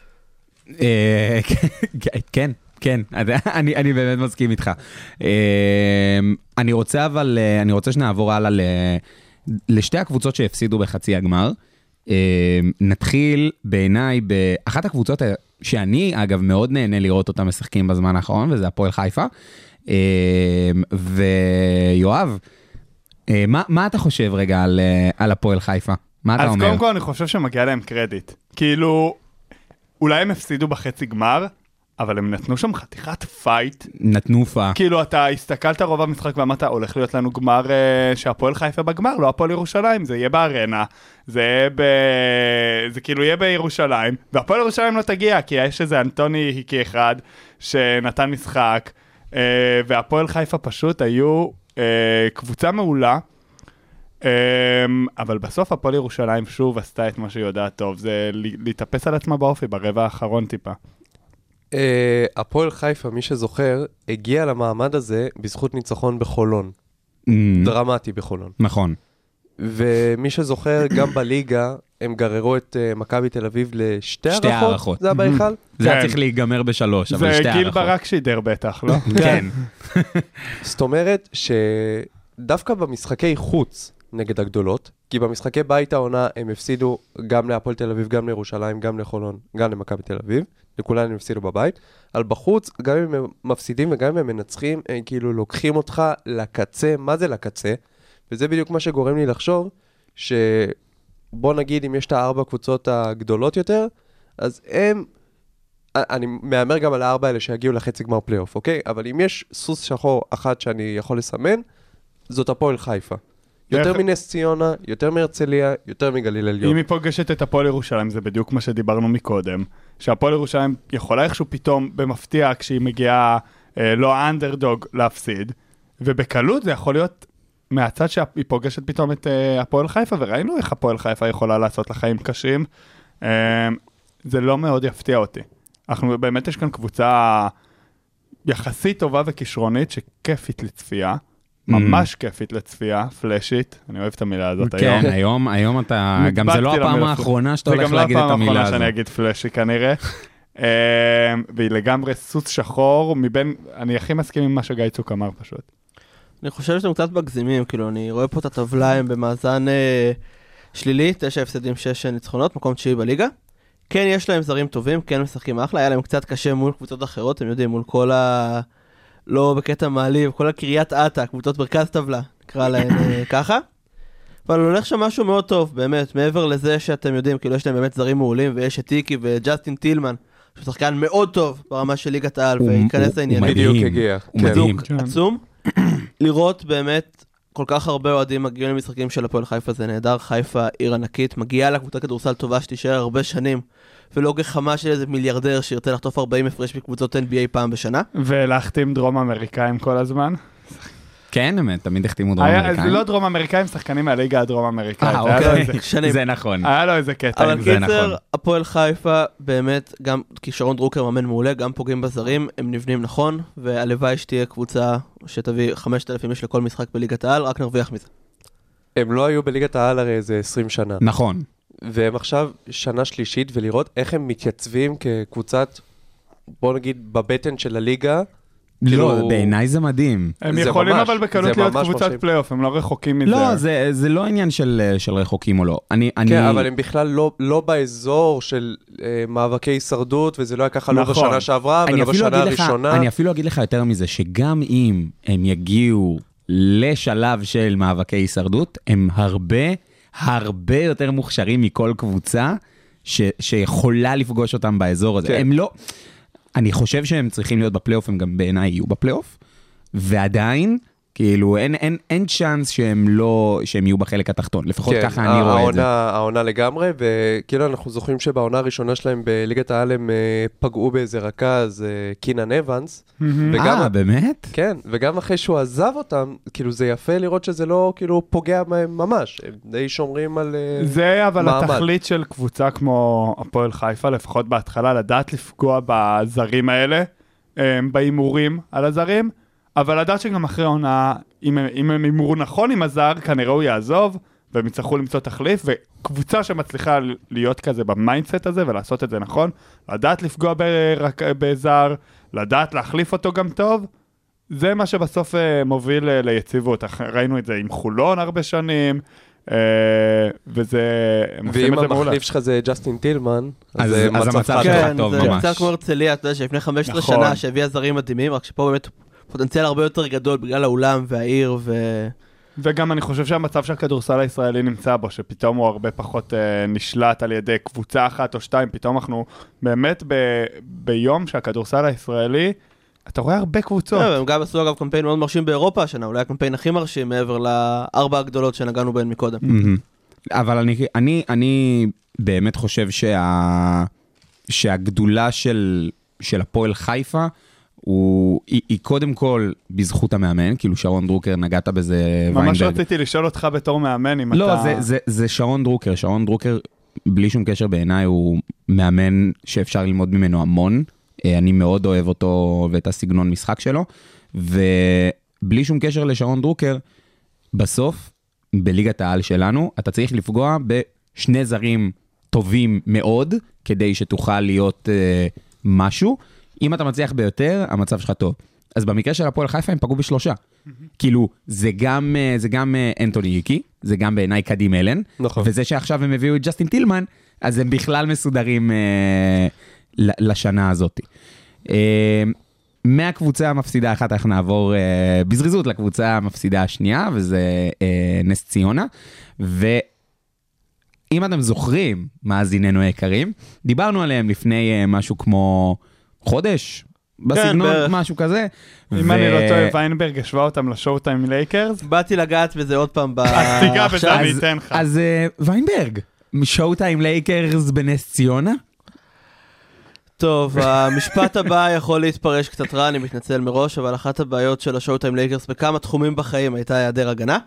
כן, כן, אני, אני באמת מסכים איתך. אני רוצה אבל, אני רוצה שנעבור הלאה לשתי הקבוצות שהפסידו בחצי הגמר. נתחיל בעיניי באחת הקבוצות שאני אגב מאוד נהנה לראות אותם משחקים בזמן האחרון, וזה הפועל חיפה. ויואב, מה, מה אתה חושב רגע על, על הפועל חיפה? מה אתה אז אומר? קודם כל אני חושב שמגיע להם קרדיט. כאילו, אולי הם הפסידו בחצי גמר, אבל הם נתנו שם חתיכת פייט. נתנו פה. כאילו, אתה הסתכלת רוב המשחק ואמרת, הולך להיות לנו גמר uh, שהפועל חיפה בגמר, לא הפועל ירושלים, זה יהיה בארנה, זה, ב... זה כאילו יהיה בירושלים, והפועל ירושלים לא תגיע, כי יש איזה אנטוני היקי אחד שנתן משחק, uh, והפועל חיפה פשוט היו uh, קבוצה מעולה, um, אבל בסוף הפועל ירושלים שוב עשתה את מה שהיא יודעת טוב, זה להתאפס על עצמה באופי ברבע האחרון טיפה. Uh, הפועל חיפה, מי שזוכר, הגיע למעמד הזה בזכות ניצחון בחולון. Mm. דרמטי בחולון. נכון. ומי שזוכר, גם בליגה, uh, הם גררו את מכבי תל אביב לשתי שתי הערכות. הערכות. זה הבא אחד? זה היה צריך להיגמר בשלוש, אבל שתי הערכות. זה גיל ברק שידר בטח, לא? כן. זאת אומרת שדווקא במשחקי חוץ נגד הגדולות, כי במשחקי בית העונה הם הפסידו גם להפועל תל אביב, גם לירושלים, גם לחולון, גם למכבי תל אביב, לכולן הם הפסידו בבית, על בחוץ, גם אם הם מפסידים וגם אם הם מנצחים, הם כאילו לוקחים אותך לקצה, מה זה לקצה? וזה בדיוק מה שגורם לי לחשוב, שבוא נגיד אם יש את הארבע קבוצות הגדולות יותר, אז הם, אני מאמר גם על הארבע האלה שיגיעו לחצי גמר פלייאוף, אוקיי? אבל אם יש סוס שחור אחת שאני יכול לסמן, זאת הפועל חיפה. יותר מנס ציונה, יותר מהרצליה, יותר מגליל עליון. אם היא פוגשת את הפועל ירושלים, זה בדיוק מה שדיברנו מקודם, שהפועל ירושלים יכולה איכשהו פתאום במפתיע כשהיא מגיעה אה, לא האנדרדוג להפסיד, ובקלות זה יכול להיות מהצד שהיא פוגשת פתאום את אה, הפועל חיפה, וראינו איך הפועל חיפה יכולה לעשות לחיים קשים. אה, זה לא מאוד יפתיע אותי. אנחנו באמת יש כאן קבוצה יחסית טובה וכישרונית שכיפית לצפייה. ממש כיפית לצפייה, פלאשית, אני אוהב את המילה הזאת היום. כן, היום, היום אתה, גם זה לא הפעם האחרונה שאתה הולך להגיד את המילה הזאת. זה גם לא הפעם האחרונה שאני אגיד פלאשי כנראה. והיא לגמרי סוס שחור, מבין, אני הכי מסכים עם מה שגיא צוק אמר פשוט. אני חושב שאתם קצת מגזימים, כאילו, אני רואה פה את הטבלה הם במאזן שלילי, תשע הפסדים, שש ניצחונות, מקום תשיעי בליגה. כן, יש להם זרים טובים, כן משחקים אחלה, היה להם קצת קשה מול קבוצות אחרות, אתם יודעים, מול כל ה... לא בקטע מעליב, כל הקריית עתה, קבוצות מרכז טבלה, נקרא להן ככה. אבל הולך שם משהו מאוד טוב, באמת, מעבר לזה שאתם יודעים, כאילו יש להם באמת זרים מעולים, ויש את טיקי וג'סטין טילמן, שהוא שחקן מאוד טוב ברמה של ליגת העל, וייכנס לעניינים. בדיוק הגיע. הוא מדהים. עצום. לראות באמת כל כך הרבה אוהדים מגיעים למשחקים של הפועל חיפה, זה נהדר, חיפה עיר ענקית, מגיעה לקבוצה כדורסל טובה שתישאר הרבה שנים, ולא גחמה של איזה מיליארדר שירצה לחטוף ארבעים הפרש בקבוצות אן בי איי פעם בשנה. ולהחתים דרום אמריקאים כל הזמן. כן, אמת, תמיד החתימו דרום אמריקאים. זה לא דרום אמריקאים, שחקנים מהליגה הדרום אמריקאית. אה, אוקיי, זה נכון. היה לו איזה קטע. אבל קיצר, הפועל חיפה באמת, גם כישרון דרוקר מאמן מעולה, גם פוגעים בזרים, הם נבנים נכון, והלוואי שתהיה קבוצה שתביא חמשת אלפים איש לכל משחק בליגת העל, רק נרוויח מזה. הם לא היו בליגת העל הרי איזה עשרים שנה. נכון. והם עכשיו שנה שלישית, ולראות איך הם מתייצבים כקבוצת, בוא נגיד, בבטן של הליגה. לא, בעיניי זה מדהים. הם יכולים אבל בקלות להיות קבוצת פלייאוף, הם לא רחוקים מזה. לא, זה לא עניין של רחוקים או לא. כן, אבל הם בכלל לא באזור של מאבקי הישרדות, וזה לא היה ככה לא בשנה שעברה, ולא בשנה הראשונה. אני אפילו אגיד לך יותר מזה, שגם אם הם יגיעו לשלב של מאבקי הישרדות, הם הרבה, הרבה יותר מוכשרים מכל קבוצה, שיכולה לפגוש אותם באזור הזה. הם לא... אני חושב שהם צריכים להיות בפלייאוף, הם גם בעיניי יהיו בפלייאוף, ועדיין, כאילו, אין, אין, אין צ'אנס שהם לא, שהם יהיו בחלק התחתון, לפחות כן, ככה אני רואה את זה. העונה לגמרי, וכאילו אנחנו זוכרים שבעונה הראשונה שלהם בליגת העל הם פגעו באיזה רכז, קינן אבנס. אה, באמת? כן, וגם אחרי שהוא עזב אותם, כאילו זה יפה לראות שזה לא כאילו פוגע בהם ממש, הם די שומרים על מעמד. זה אבל התכלית של קבוצה כמו הפועל חיפה, לפחות בהתחלה, לדעת לפגוע בזרים האלה, באימורים על הזרים, אבל לדעת שגם אחרי עונה, אם, אם הם אימרו נכון עם הזר, כנראה הוא יעזוב, והם יצטרכו למצוא תחליף, וקבוצה שמצליחה להיות כזה במיינדסט הזה, ולעשות את זה נכון, לדעת לפגוע ברק, בזר, לדעת להחליף אותו גם טוב, זה מה שבסוף מוביל ליציבות. ראינו את זה עם חולון הרבה שנים, וזה... ואם המחליף שלך זה ג'סטין טילמן, אז המצב שלך טוב ממש. זה קצת כמו הרצליה, אתה יודע שלפני חמש עשרה שנה שהביאה זרים מדהימים, רק שפה באמת פוטנציאל הרבה יותר גדול בגלל האולם והעיר ו... וגם אני חושב שהמצב שהכדורסל הישראלי נמצא בו, שפתאום הוא הרבה פחות אה, נשלט על ידי קבוצה אחת או שתיים, פתאום אנחנו באמת ב, ביום שהכדורסל הישראלי, אתה רואה הרבה קבוצות. Yeah, הם גם עשו אגב קמפיין מאוד מרשים באירופה השנה, אולי הקמפיין הכי מרשים מעבר לארבע הגדולות שנגענו בהן מקודם. Mm-hmm. אבל אני, אני, אני באמת חושב שה, שהגדולה של, של הפועל חיפה, הוא, היא, היא קודם כל בזכות המאמן, כאילו שרון דרוקר, נגעת בזה ממש ויינברג. רציתי לשאול אותך בתור מאמן, אם לא, אתה... זה, זה, זה שרון דרוקר, שרון דרוקר, בלי שום קשר בעיניי, הוא מאמן שאפשר ללמוד ממנו המון, אני מאוד אוהב אותו ואת הסגנון משחק שלו, ובלי שום קשר לשרון דרוקר, בסוף, בליגת העל שלנו, אתה צריך לפגוע שני זרים טובים מאוד, כדי שתוכל להיות uh, משהו. אם אתה מצליח ביותר, המצב שלך טוב. אז במקרה של הפועל חיפה הם פגעו בשלושה. כאילו, זה גם, זה גם אנטוני ייקי, זה גם בעיניי קדים אלן, וזה שעכשיו הם הביאו את ג'סטין טילמן, אז הם בכלל מסודרים לשנה הזאת. מהקבוצה המפסידה אחת, אנחנו נעבור בזריזות לקבוצה המפסידה השנייה, וזה נס ציונה, ואם אתם זוכרים, מאזיננו היקרים, דיברנו עליהם לפני משהו כמו חודש, בסגנון, משהו כזה. אם אני לא טועה, ויינברג השווה אותם לשואו טיים לייקרס. באתי לגעת בזה עוד פעם. אז תיגע בזה, אני אתן לך. אז ויינברג, שואו טיים לייקרס בנס ציונה? טוב, המשפט הבא יכול להתפרש קצת רע, אני מתנצל מראש, אבל אחת הבעיות של השואו טיים לייקרס בכמה תחומים בחיים הייתה היעדר הגנה.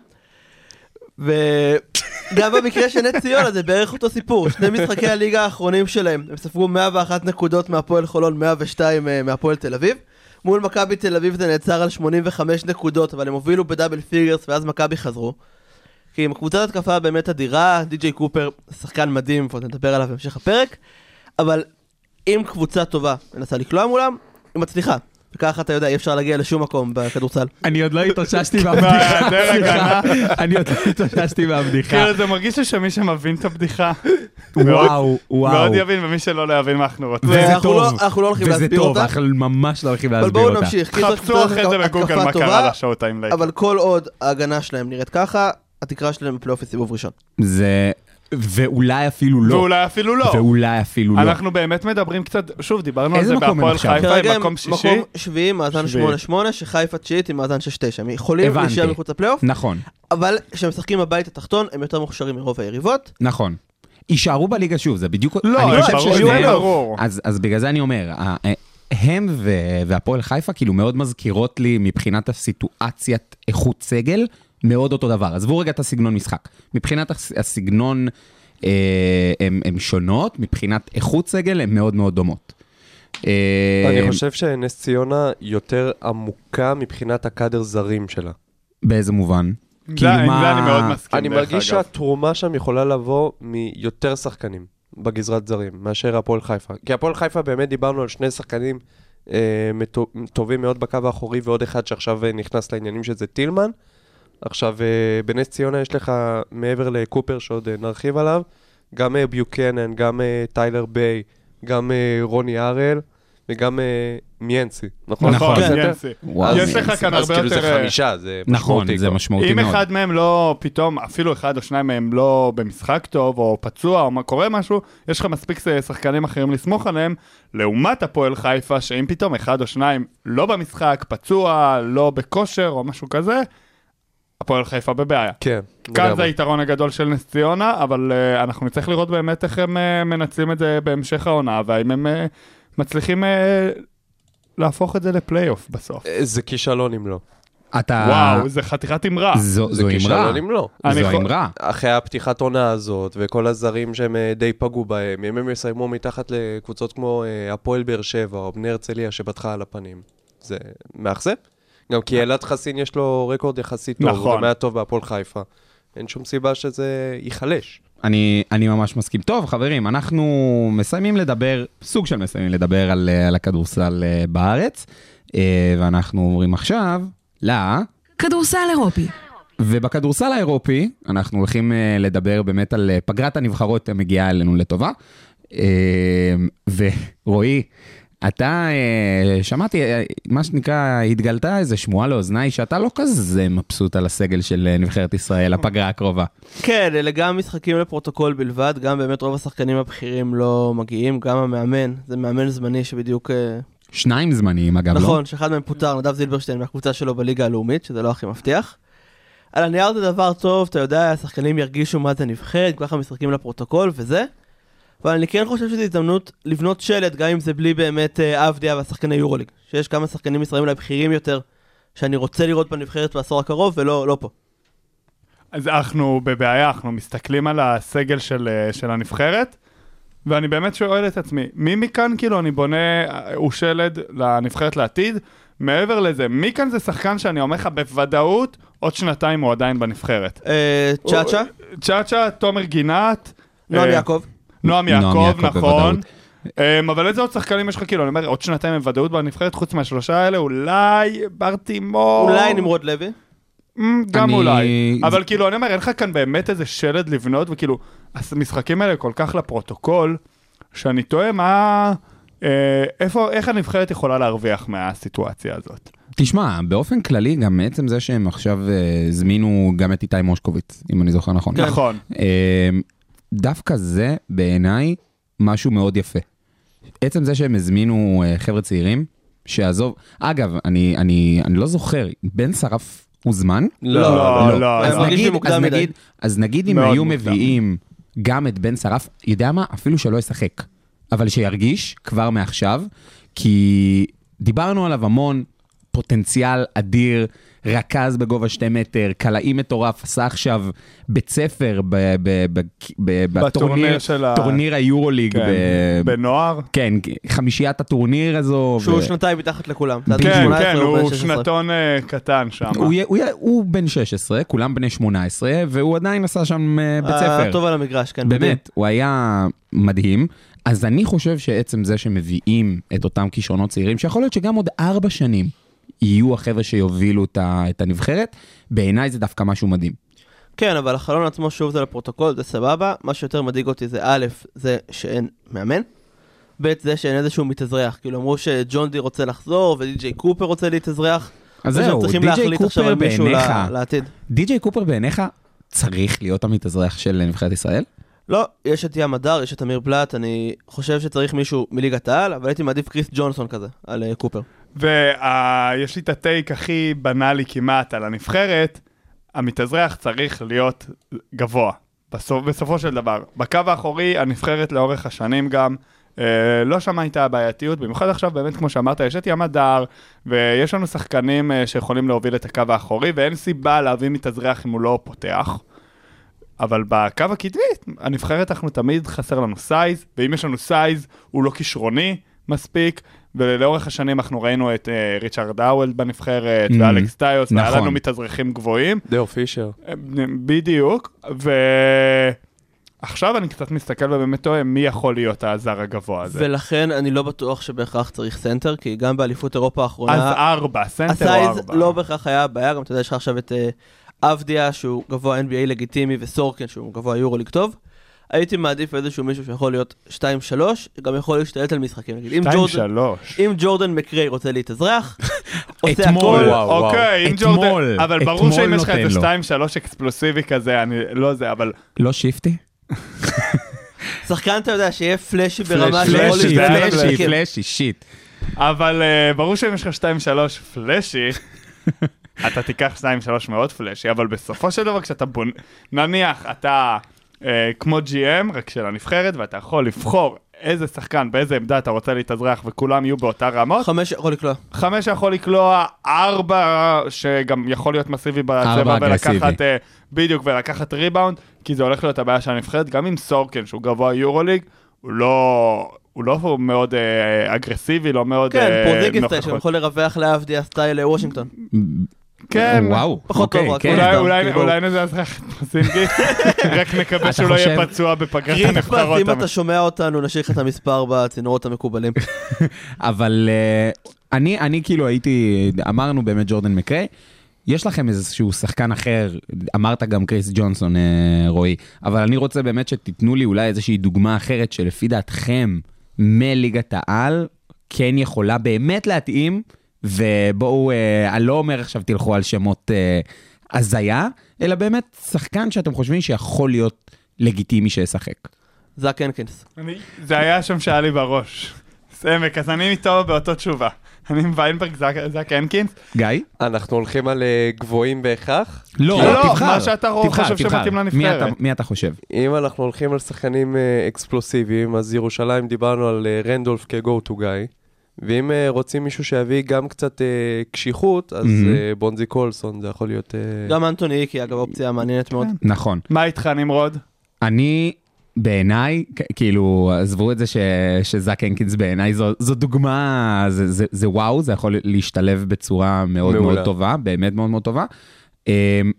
וגם במקרה של נס ציונה זה בערך אותו סיפור, שני משחקי הליגה האחרונים שלהם, הם ספגו מאה ואחת נקודות מהפועל חולון, מאה ושתיים מהפועל תל אביב, מול מכבי תל אביב זה נעצר על שמונים וחמש נקודות, אבל הם הובילו בדאבל פיגרס ואז מכבי חזרו, כי עם קבוצת התקפה באמת אדירה, די.ג'יי קופר שחקן מדהים, ועוד נדבר עליו בהמשך הפרק, אבל אם קבוצה טובה מנסה לקלוע מולם, היא מצליחה. וככה אתה יודע, אי אפשר להגיע לשום מקום בכדורסל. אני עוד לא התאוששתי מהבדיחה. אני עוד לא התאוששתי מהבדיחה. כאילו, זה מרגיש שמי שמבין את הבדיחה. וואו, וואו. מאוד יבין, ומי שלא לא יבין מה אנחנו רוצים. וזה טוב. אנחנו לא הולכים להסביר אותה. וזה טוב, אנחנו ממש לא הולכים להסביר אותה. אבל בואו נמשיך. חפשו אחרי זה בגוגל מה קרה לשואו טיים לייקרס. אבל כל עוד ההגנה שלהם נראית ככה, התקרה שלהם בפלייאוף סיבוב ראשון. זה... ואולי אפילו לא. ואולי אפילו לא. ואולי אפילו לא. אנחנו באמת מדברים קצת, שוב, דיברנו על זה בהפועל חיפה, עם מקום שישי. מקום שביעי, מאזן שמונה שמונה, שחיפה תשיעית עם מאזן שש תשע. הם יכולים להישאר מחוץ לפלייאוף. נכון. אבל כשהם משחקים בבית התחתון, הם יותר מוכשרים מרוב היריבות. נכון. יישארו בליגה שוב, זה בדיוק... לא, הם ברור. אז בגלל זה אני אומר, הם והפועל חיפה כאילו מאוד מזכירות לי מבחינת הסיטואציית איכות סגל, מאוד אותו דבר. עזבו רגע את הסגנון משחק. מבחינת הסגנון הן שונות, מבחינת איכות סגל הן מאוד מאוד דומות. אני חושב שנס ציונה יותר עמוקה מבחינת הקאדר זרים שלה. באיזה מובן? זה אני מאוד מסכים. אני מרגיש שהתרומה שם יכולה לבוא מיותר שחקנים בגזרת זרים, מאשר הפועל חיפה. כי הפועל חיפה באמת דיברנו על שני שחקנים טובים מאוד בקו האחורי, ועוד אחד שעכשיו נכנס לעניינים שזה טילמן. עכשיו, בנס ציונה יש לך, מעבר לקופר שעוד נרחיב עליו, גם ביוקנן, גם טיילר ביי, גם רוני ארל, וגם מיאנסי. נכון, מיאנסי. יש לך כאן הרבה יותר... זה חמישה, זה נכון, זה משמעותי מאוד. אם אחד מהם לא פתאום, אפילו אחד או שניים מהם לא במשחק טוב, או פצוע, או קורה משהו, יש לך מספיק שחקנים אחרים לסמוך עליהם, לעומת הפועל חיפה, שאם פתאום אחד או שניים לא במשחק, פצוע, לא בכושר, או משהו כזה, הפועל חיפה בבעיה. כן. כאן זה היתרון הגדול של נס ציונה, אבל uh, אנחנו נצטרך לראות באמת איך הם uh, מנצלים את זה בהמשך העונה, והאם הם uh, מצליחים uh, להפוך את זה לפלייאוף בסוף. זה כישלון אם לא. אתה... וואו, זה חתיכת אמרה. זו, זה זו כישלון אם לא. זו אמרה. אחרי הפתיחת עונה הזאת, וכל הזרים שהם די פגעו בהם, אם הם יסיימו מתחת לקבוצות כמו uh, הפועל באר שבע, או בני הרצליה שבטחה על הפנים. זה מאכזב? גם כי אלעד חסין יש לו רקורד יחסית טוב, הוא גם היה טוב בהפועל חיפה. אין שום סיבה שזה ייחלש. אני, אני ממש מסכים. טוב, חברים, אנחנו מסיימים לדבר, סוג של מסיימים לדבר על, על הכדורסל בארץ, ואנחנו אומרים עכשיו, לא... כדורסל אירופי. ובכדורסל האירופי, אנחנו הולכים לדבר באמת על פגרת הנבחרות המגיעה אלינו לטובה, ורועי, אתה, שמעתי, מה שנקרא, התגלתה איזה שמועה לאוזניי, שאתה לא כזה מבסוט על הסגל של נבחרת ישראל, הפגרה הקרובה. כן, אלה גם משחקים לפרוטוקול בלבד, גם באמת רוב השחקנים הבכירים לא מגיעים, גם המאמן, זה מאמן זמני שבדיוק... שניים זמניים, אגב, לא? נכון, שאחד מהם פוטר, נדב זילברשטיין, מהקבוצה שלו בליגה הלאומית, שזה לא הכי מבטיח. על הנייר זה דבר טוב, אתה יודע, השחקנים ירגישו מה זה נבחרת, ככה משחקים לפרוטוקול וזה. אבל אני כן חושב שזו הזדמנות לבנות שלט, גם אם זה בלי באמת אבדיה והשחקני יורוליג. שיש כמה שחקנים ישראלים אולי בכירים יותר, שאני רוצה לראות בנבחרת בעשור הקרוב, ולא לא פה. אז אנחנו בבעיה, אנחנו מסתכלים על הסגל של, של הנבחרת, ואני באמת שואל את עצמי, מי מכאן כאילו אני בונה, הוא שלד לנבחרת לעתיד, מעבר לזה, מי כאן זה שחקן שאני אומר לך בוודאות, עוד שנתיים הוא עדיין בנבחרת? צ'אצ'ה? צ'אצ'ה, תומר גינת, נועם יעקב. נועם יעקב, נכון. אבל איזה עוד שחקנים יש לך כאילו, אני אומר, עוד שנתיים עם ודאות בנבחרת, חוץ מהשלושה האלה, אולי ברטימור... אולי נמרוד לוי? גם אולי. אבל כאילו, אני אומר, אין לך כאן באמת איזה שלד לבנות, וכאילו, המשחקים האלה כל כך לפרוטוקול, שאני טועה מה... איפה, איך הנבחרת יכולה להרוויח מהסיטואציה הזאת? תשמע, באופן כללי, גם מעצם זה שהם עכשיו זמינו גם את איתי מושקוביץ, אם אני זוכר נכון. נכון. דווקא זה בעיניי משהו מאוד יפה. עצם זה שהם הזמינו חבר'ה צעירים, שעזוב, אגב, אני, אני, אני לא זוכר, בן שרף הוא זמן? לא, לא, לא. אז נגיד, אז נגיד, אז נגיד אם היו מביאים גם את בן שרף, יודע מה? אפילו שלא ישחק. אבל שירגיש כבר מעכשיו, כי דיברנו עליו המון, פוטנציאל אדיר, רכז בגובה שתי מטר, קלעי מטורף, עשה עכשיו בית ספר בטורניר, טורניר היורוליג. בנוער? כן, חמישיית הטורניר הזו. שהוא שנתיים מתחת לכולם. כן, כן, הוא שנתון קטן שם. הוא בן שש עשרה, כולם בני שמונה עשרה, והוא עדיין עשה שם בית ספר. טוב על המגרש, כן. באמת, הוא היה מדהים. אז אני חושב שעצם זה שמביאים את אותם כישרונות צעירים, שיכול להיות שגם עוד ארבע שנים יהיו החבר'ה שיובילו את הנבחרת, בעיניי זה דווקא משהו מדהים. כן, אבל החלון עצמו שוב זה לפרוטוקול, זה סבבה. מה שיותר מדאיג אותי זה א', זה שאין מאמן, ב', זה שאין איזשהו מתאזרח. כאילו אמרו שג'ון די רוצה לחזור, ודי-ג'יי קופר רוצה להתאזרח. אז זהו, די-ג'יי קופר בעיניך, די-ג'יי קופר בעיניך צריך להיות המתאזרח של נבחרת ישראל? לא, יש את ים הדר, יש את אמיר פלט, אני חושב שצריך מישהו מליגת העל, אבל הייתי מעדיף קריס ג'ונסון כזה, על uh, קופר. ויש לי את הטייק הכי בנאלי כמעט על הנבחרת, המתאזרח צריך להיות גבוה, בסופ, בסופו של דבר. בקו האחורי, הנבחרת לאורך השנים גם, אה, לא שמה איתה הבעייתיות, במיוחד עכשיו באמת כמו שאמרת, יש את ים הדר, ויש לנו שחקנים אה, שיכולים להוביל את הקו האחורי, ואין סיבה להביא מתאזרח אם הוא לא פותח. אבל בקו הקדמי, הנבחרת אנחנו תמיד חסר לנו סייז, ואם יש לנו סייז, הוא לא כישרוני מספיק, ולאורך השנים אנחנו ראינו את uh, ריצ'רד דאוול בנבחרת, mm, ואלכס טיוס, נכון. והיה לנו מתאזרחים גבוהים. דאו פישר. בדיוק, ועכשיו אני קצת מסתכל ובאמת טועה, מי יכול להיות הזר הגבוה הזה. ולכן אני לא בטוח שבהכרח צריך סנטר, כי גם באליפות אירופה האחרונה... אז ארבע, סנטר או ארבע. הסייז לא בהכרח היה הבעיה, גם אתה יודע, יש לך עכשיו את... Uh, אבדיה שהוא גבוה אן בי איי לגיטימי וסורקן שהוא גבוה יורוליג טוב. הייתי מעדיף איזשהו מישהו שיכול להיות שתיים שלוש, גם יכול להשתלט על משחקים. שתיים שלוש. אם ג'ורדן מקריי רוצה להתאזרח, עושה הכל. אוקיי, אם ג'ורדן, אבל ברור שאם יש לך את שתיים שלוש אקספלוסיבי כזה, אני לא זה, אבל... לא שיפטי? שחקן אתה יודע שיהיה פלשי ברמה של... פלשי, פלשי, פלשי, שיט. אבל ברור שאם יש לך שתיים שלוש פלשי, אתה תיקח שתיים שלוש מאוד פלשי, אבל בסופו של דבר כשאתה בונ... נניח אתה אה, כמו ג'י אם, רק של הנבחרת, ואתה יכול לבחור איזה שחקן, באיזה עמדה אתה רוצה להתאזרח, וכולם יהיו באותה רמות. חמש יכול לקלוע. חמש יכול לקלוע, ארבע, שגם יכול להיות מסיבי בצבע, ולקחת, אה, בדיוק, ולקחת ריבאונד, כי זה הולך להיות הבעיה של הנבחרת, גם עם סורקן, שהוא גבוה יורוליג, הוא לא... הוא לא מאוד אה, אגרסיבי, לא מאוד... כן, אה, פרוזיגיסטי, שהוא יכול לרווח להבדיע סטייל וושינגטון. כן, וואו, פחות טוב, אולי נזרח את פוסינגיס, רק נקווה שהוא לא יהיה פצוע בפגרת הנבחרות. אם אתה שומע אותנו, נשאיר לך את המספר בצינורות המקובלים. אבל אני כאילו הייתי, אמרנו באמת ג'ורדן מקריי, יש לכם איזשהו שחקן אחר, אמרת גם קריס ג'ונסון, רועי, אבל אני רוצה באמת שתיתנו לי אולי איזושהי דוגמה אחרת, שלפי דעתכם, מליגת העל, כן יכולה באמת להתאים, ובואו, אה, אני לא אומר עכשיו תלכו על שמות אה, הזיה, אלא באמת שחקן שאתם חושבים שיכול להיות לגיטימי שישחק. זק הנקינס. אני, זה היה שם שהיה לי בראש. סמק, אז אני איתו באותו תשובה. אני עם ויינברג, זק, זק הנקינס. גיא? אנחנו הולכים על uh, גבוהים בהכרח? לא, לא, תבחר. מה שאתה תבחר, חושב תבחר. שמתאים לנבחרת. מי אתה, מי אתה חושב? אם אנחנו הולכים על שחקנים uh, אקספלוסיביים, אז ירושלים דיברנו על uh, רנדולף כ-go to guy. ואם uh, רוצים מישהו שיביא גם קצת uh, קשיחות, אז mm-hmm. uh, בונזי קולסון, זה יכול להיות... Uh... גם אנטוני איקי, אגב, אופציה מעניינת מאוד. נכון. מה איתך, נמרוד? אני, בעיניי, כאילו, עזבו את זה ש... שזק הנקינס בעיניי, זו, זו דוגמה, זה, זה, זה וואו, זה יכול להשתלב בצורה מאוד מעולה. מאוד טובה, באמת מאוד מאוד טובה. Um,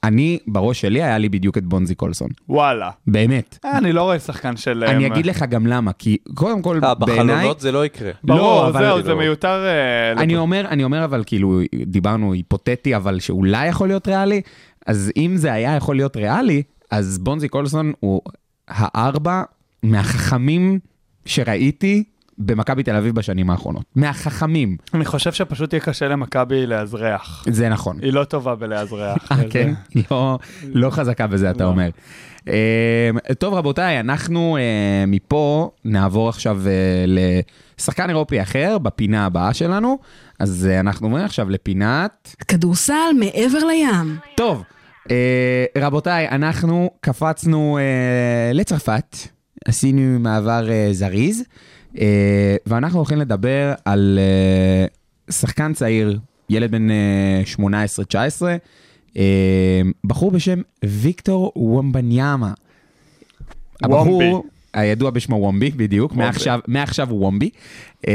אני, בראש שלי, היה לי בדיוק את בונזי קולסון. וואלה. באמת. אני לא רואה שחקן של... אני אגיד לך גם למה, כי קודם כל, בעיניי... בחלונות זה לא יקרה. ברור, זהו, זה מיותר... אני אומר, אני אומר, אבל כאילו, דיברנו היפותטי, אבל שאולי יכול להיות ריאלי, אז אם זה היה יכול להיות ריאלי, אז בונזי קולסון הוא הארבע מהחכמים שראיתי במכבי תל אביב בשנים האחרונות. מהחכמים. אני חושב שפשוט יהיה קשה למכבי להזרח. זה נכון. היא לא טובה בלהזרח. כן, לא חזקה בזה, אתה אומר. טוב, רבותיי, אנחנו מפה נעבור עכשיו לשחקן אירופי אחר, בפינה הבאה שלנו. אז אנחנו אומרים עכשיו לפינת... כדורסל מעבר לים. טוב, רבותיי, אנחנו קפצנו לצרפת. עשינו מעבר זריז. Uh, ואנחנו הולכים לדבר על uh, שחקן צעיר, ילד בן uh, שמונה עשרה תשע עשרה, uh, בחור בשם ויקטור וומבניאמה. הבחור הידוע בשמו וומבי, בדיוק, וומבי. מעכשיו, מעכשיו הוא וומבי. Uh,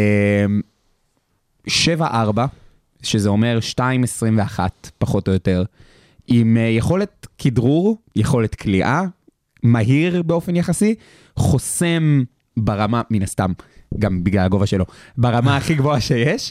שבע ארבע, שזה אומר שתיים עשרים ואחת, פחות או יותר, עם uh, יכולת כדרור, יכולת קליעה, מהיר באופן יחסי, חוסם ברמה, מן הסתם, גם בגלל הגובה שלו, ברמה הכי גבוהה שיש,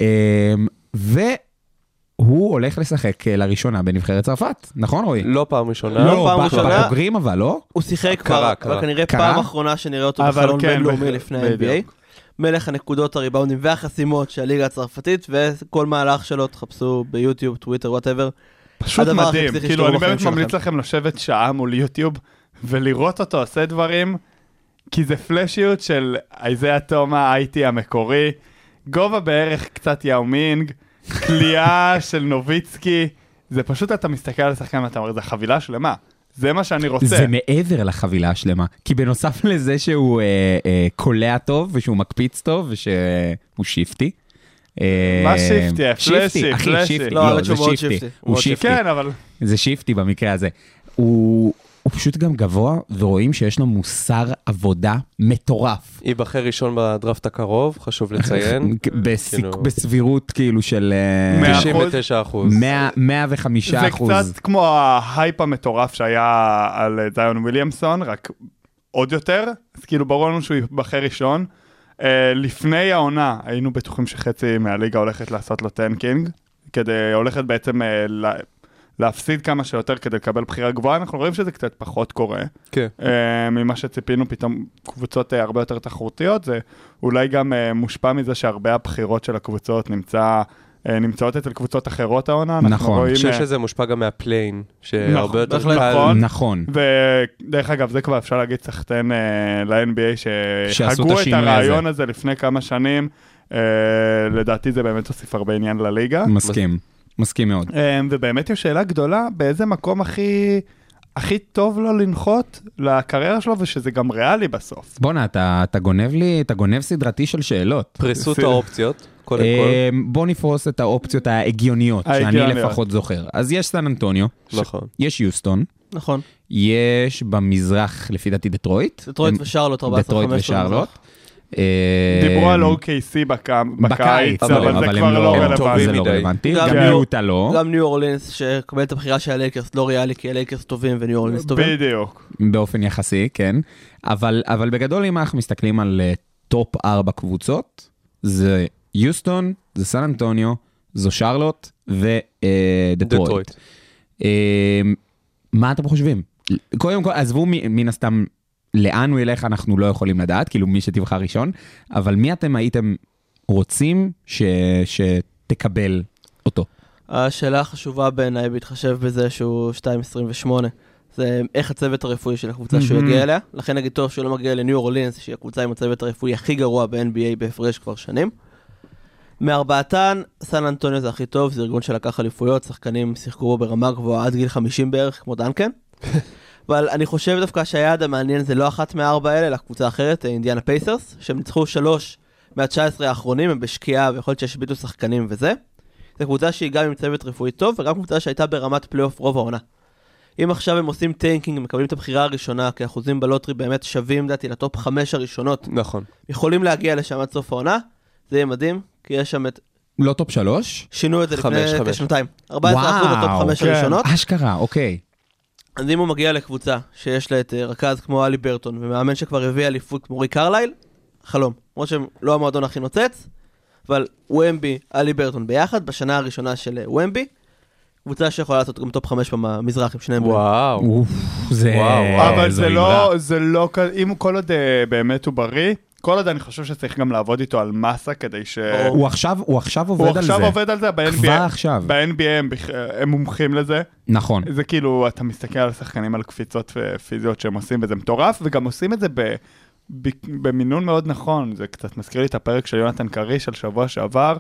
והוא הולך לשחק לראשונה בנבחרת צרפת, נכון רועי? לא פעם ראשונה. לא פעם ראשונה. בבוגרים אבל, לא? הוא שיחק כבר, אבל כנראה פעם אחרונה שנראה אותו בחלון בינלאומי לפני ה-אן בי איי. מלך הנקודות, הריבאונדים והחסימות של הליגה הצרפתית, וכל מהלך שלו תחפשו ביוטיוב, טוויטר, וואטאבר. פשוט מדהים, כאילו אני באמת ממליץ לכם לשבת שעה מול יוטיוב, ולראות אותו עושה דברים, כי זה פלשיות של איזיה תומה, הייתי המקורי, גובה בערך קצת יאומינג, קליעה של נוביצקי, זה פשוט אתה מסתכל על השחקן ואתה אומר, זה חבילה שלמה, זה מה שאני רוצה. זה מעבר לחבילה השלמה, כי בנוסף לזה שהוא אה, אה, קולע טוב, ושהוא מקפיץ טוב, ושהוא שיפטי. אה, מה שיפטי? פלשי, אחי, שיפטי, לא, לא, זה שיפטי. הוא שיפטי. כן, אבל... זה שיפטי במקרה הזה. הוא... הוא פשוט גם גבוה, ורואים שיש לו מוסר עבודה מטורף. ייבחר ראשון בדראפט הקרוב, חשוב לציין. בסבירות כאילו של... תשעים ותשע אחוז. מאה וחמישה אחוז. זה קצת כמו ההייפ המטורף שהיה על זיון וויליאמסון, רק עוד יותר. אז כאילו ברור לנו שהוא ייבחר ראשון. לפני העונה היינו בטוחים שחצי מהליגה הולכת לעשות לו טנקינג, כדי הולכת בעצם... להפסיד כמה שיותר כדי לקבל בחירה גבוהה, אנחנו רואים שזה קצת פחות קורה. כן. ממה שציפינו פתאום קבוצות הרבה יותר תחרותיות, זה אולי גם מושפע מזה שהרבה הבחירות של הקבוצות נמצא, נמצאות אצל קבוצות אחרות העונה. נכון. אני חושב שזה מושפע גם מהפליין, שהרבה יותר קל. נכון. ודרך אגב, זה כבר אפשר להגיד סחטן ל-אן בי איי, שהגו את הרעיון הזה לפני כמה שנים, לדעתי זה באמת הוסיף הרבה עניין לליגה. מסכים. מסכים מאוד. ובאמת יש שאלה גדולה, באיזה מקום הכי, הכי טוב לו לנחות לקריירה שלו, ושזה גם ריאלי בסוף. בונה, אתה, אתה גונב לי, אתה גונב סדרתי של שאלות. פריסות האופציות, קודם כל. בוא נפרוס את האופציות ההגיוניות, שאני לפחות זוכר. אז יש סן אנטוניו. נכון. יש יוסטון. נכון. יש במזרח, לפי דעתי, דטרויט. דטרויט ושרלוט, ארבע עשרה חמש עשרה. דטרויט ושרלוט. דיברו על או קיי סי בקיץ, אבל זה כבר לא רלוונטי. גם ניו אורלינס, שקבל את הבחירה של הלייקרס, לא ריאלי, כי הלייקרס טובים וניו אורלינס טובים. בדיוק. באופן יחסי, כן. אבל בגדול, אם אנחנו מסתכלים על טופ ארבע קבוצות, זה יוסטון, זה סן אנטוניו, זו שרלוט ודטרויט. מה אתם חושבים? קודם כל, עזבו מן הסתם, לאן הוא ילך אנחנו לא יכולים לדעת, כאילו מי שתבחר ראשון, אבל מי אתם הייתם רוצים ש... שתקבל אותו? השאלה החשובה בעיניי בהתחשב בזה שהוא שתיים עשרים ושמונה, זה איך הצוות הרפואי של הקבוצה שהוא יגיע אליה, לכן נגיד טוב שהוא לא מגיע לניו אורלינס, שהיא הקבוצה עם הצוות הרפואי הכי גרוע ב-אן בי איי בהפרש כבר שנים. מארבעתן, סן אנטוניו זה הכי טוב, זה ארגון שלקח אליפויות, שחקנים שיחקו בו ברמה גבוהה עד גיל חמישים בערך, כמו דנקן. אבל אני חושב דווקא שהיעד המעניין זה לא אחת מהארבע האלה, אלא קבוצה אחרת, אינדיאנה פייסרס, שהם ניצחו שלוש מה-תשע עשרה האחרונים, הם בשקיעה, ויכול להיות שהשביטו שחקנים וזה. זו קבוצה שהיא גם עם צוות רפואי טוב, וגם קבוצה שהייתה ברמת פלייאוף רוב העונה. אם עכשיו הם עושים טנקינג, הם מקבלים את הבחירה הראשונה, כי אחוזים בלוטרי באמת שווים, דעתי, לטופ חמש הראשונות. נכון. יכולים להגיע לשם עד סוף העונה, זה יהיה מדהים, כי יש שם את לא טופ שלוש? שינו את זה לפני כשנתיים. ארבע עשרה אחוז בטופ חמש הראשונות. אשכרה, אוקיי. אז אם הוא מגיע לקבוצה שיש לה את רכז כמו אלי ברטון, ומאמן שכבר הביא אליפות כמו ריק קרלייל, חלום. למרות שהם לא המועדון הכי נוצץ, אבל ומבי, אלי ברטון ביחד, בשנה הראשונה של ומבי, קבוצה שיכולה לעשות גם טופ חמש במזרח עם שניהם. וואו. זה... אבל זה לא, זה לא, אם כל עוד באמת הוא בריא, כל עוד אני חושב שצריך גם לעבוד איתו על מסה כדי ש... הוא עכשיו, הוא עכשיו עובד על זה. הוא עכשיו עובד על זה, ב-אן בי איי. כבר עכשיו. ב-אן בי איי הם, הם מומחים לזה. נכון. זה כאילו, אתה מסתכל על השחקנים על קפיצות פיזיות שהם עושים, וזה מטורף, וגם עושים את זה ב... ב... במינון מאוד נכון. זה קצת מזכיר לי את הפרק של יונתן קריש על שבוע שעבר.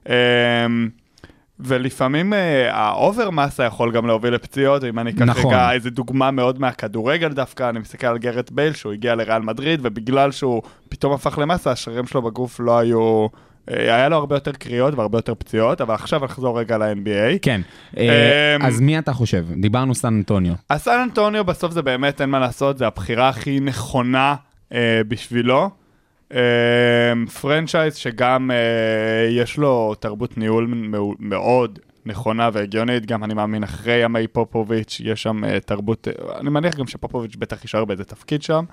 ולפעמים האובר מסה יכול גם להוביל לפציעות, ואם אני אקח נכון. רגע איזו דוגמה מאוד מהכדורגל דווקא, אני מסתכל על גרט בייל, שהוא הגיע לריאל מדריד, ובגלל שהוא פתאום הפך למסה, השרירים שלו בגוף לא היו... היה לו הרבה יותר קריאות והרבה יותר פציעות, אבל עכשיו נחזור רגע ל-אן בי איי. כן. אז מי אתה חושב? דיברנו סן אנטוניו. אז סן אנטוניו בסוף זה באמת, אין מה לעשות, זה הבחירה הכי נכונה בשבילו. פרנצ'ייז שגם יש לו תרבות ניהול מאוד נכונה והגיונית, גם אני מאמין אחרי ימי פופוביץ' יש שם תרבות, אני מניח גם שפופוביץ' בטח יישאר באיזה תפקיד שם.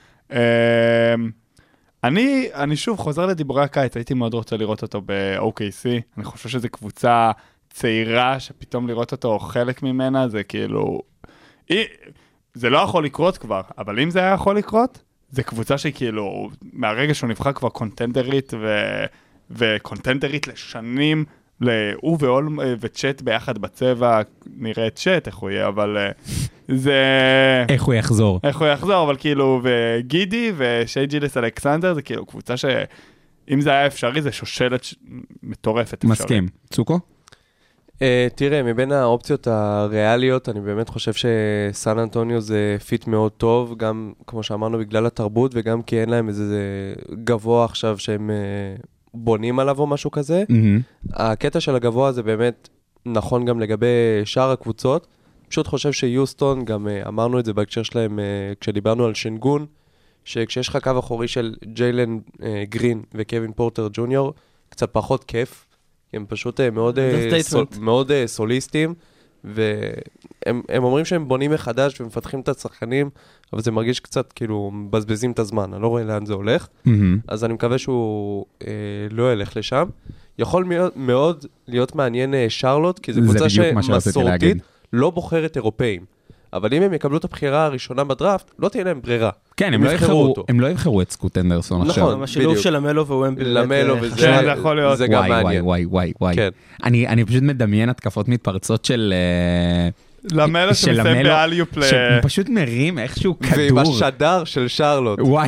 אני, אני שוב חוזר לדיבורי הקיץ, הייתי מאוד רוצה לראות אותו ב-או קיי סי, אני חושב שזו קבוצה צעירה שפתאום לראות אותו חלק ממנה, זה כאילו, זה לא יכול לקרות כבר, אבל אם זה היה יכול לקרות, זה קבוצה שכאילו, מהרגע שהוא נבחר כבר קונטנדרית, ו... וקונטנדרית לשנים, הוא ואול וצ'אט ביחד בצבע, נראה צ'אט איך הוא יהיה, אבל זה... איך הוא יחזור. איך הוא יחזור, אבל כאילו, וגידי ושי ג'ילס אלכסנדר, זה כאילו קבוצה שאם זה היה אפשרי, זה שושלת מטורפת אפשרית. מסכים. צוקו? Uh, תראה, מבין האופציות הריאליות, אני באמת חושב שסן אנטוניו זה פיט מאוד טוב, גם כמו שאמרנו בגלל התרבות, וגם כי אין להם איזה גבוה עכשיו שהם uh, בונים עליו או משהו כזה. Mm-hmm. הקטע של הגבוה זה באמת נכון גם לגבי שאר הקבוצות. פשוט חושב שיוסטון, גם uh, אמרנו את זה בהקשר שלהם uh, כשדיברנו על שנגון, שכשיש לך קו אחורי של ג'יילן uh, גרין וקווין פורטר ג'וניור, קצת פחות כיף. הם פשוט מאוד, סול, מאוד סוליסטים, והם הם אומרים שהם בונים מחדש ומפתחים את השחקנים, אבל זה מרגיש קצת כאילו מבזבזים את הזמן, אני לא רואה לאן זה הולך, mm-hmm. אז אני מקווה שהוא אה, לא ילך לשם. יכול מאוד, מאוד להיות מעניין שרלוט, כי זו קבוצה שמסורתית לא בוחרת אירופאים. אבל אם הם יקבלו את הבחירה הראשונה בדראפט, לא תהיה להם ברירה. כן, הם לא יבחרו אותו. הם לא יבחרו את סקוט אנדרסון עכשיו. נכון, השילוב של למלו ווומבי. למלו וזה זה גם מעניין. וואי, וואי, וואי. אני פשוט מדמיין התקפות מתפרצות של... למלו שמסיים באליופ ל... שפשוט מרים איכשהו כדור. ועם השדר של שרלוט. וואי,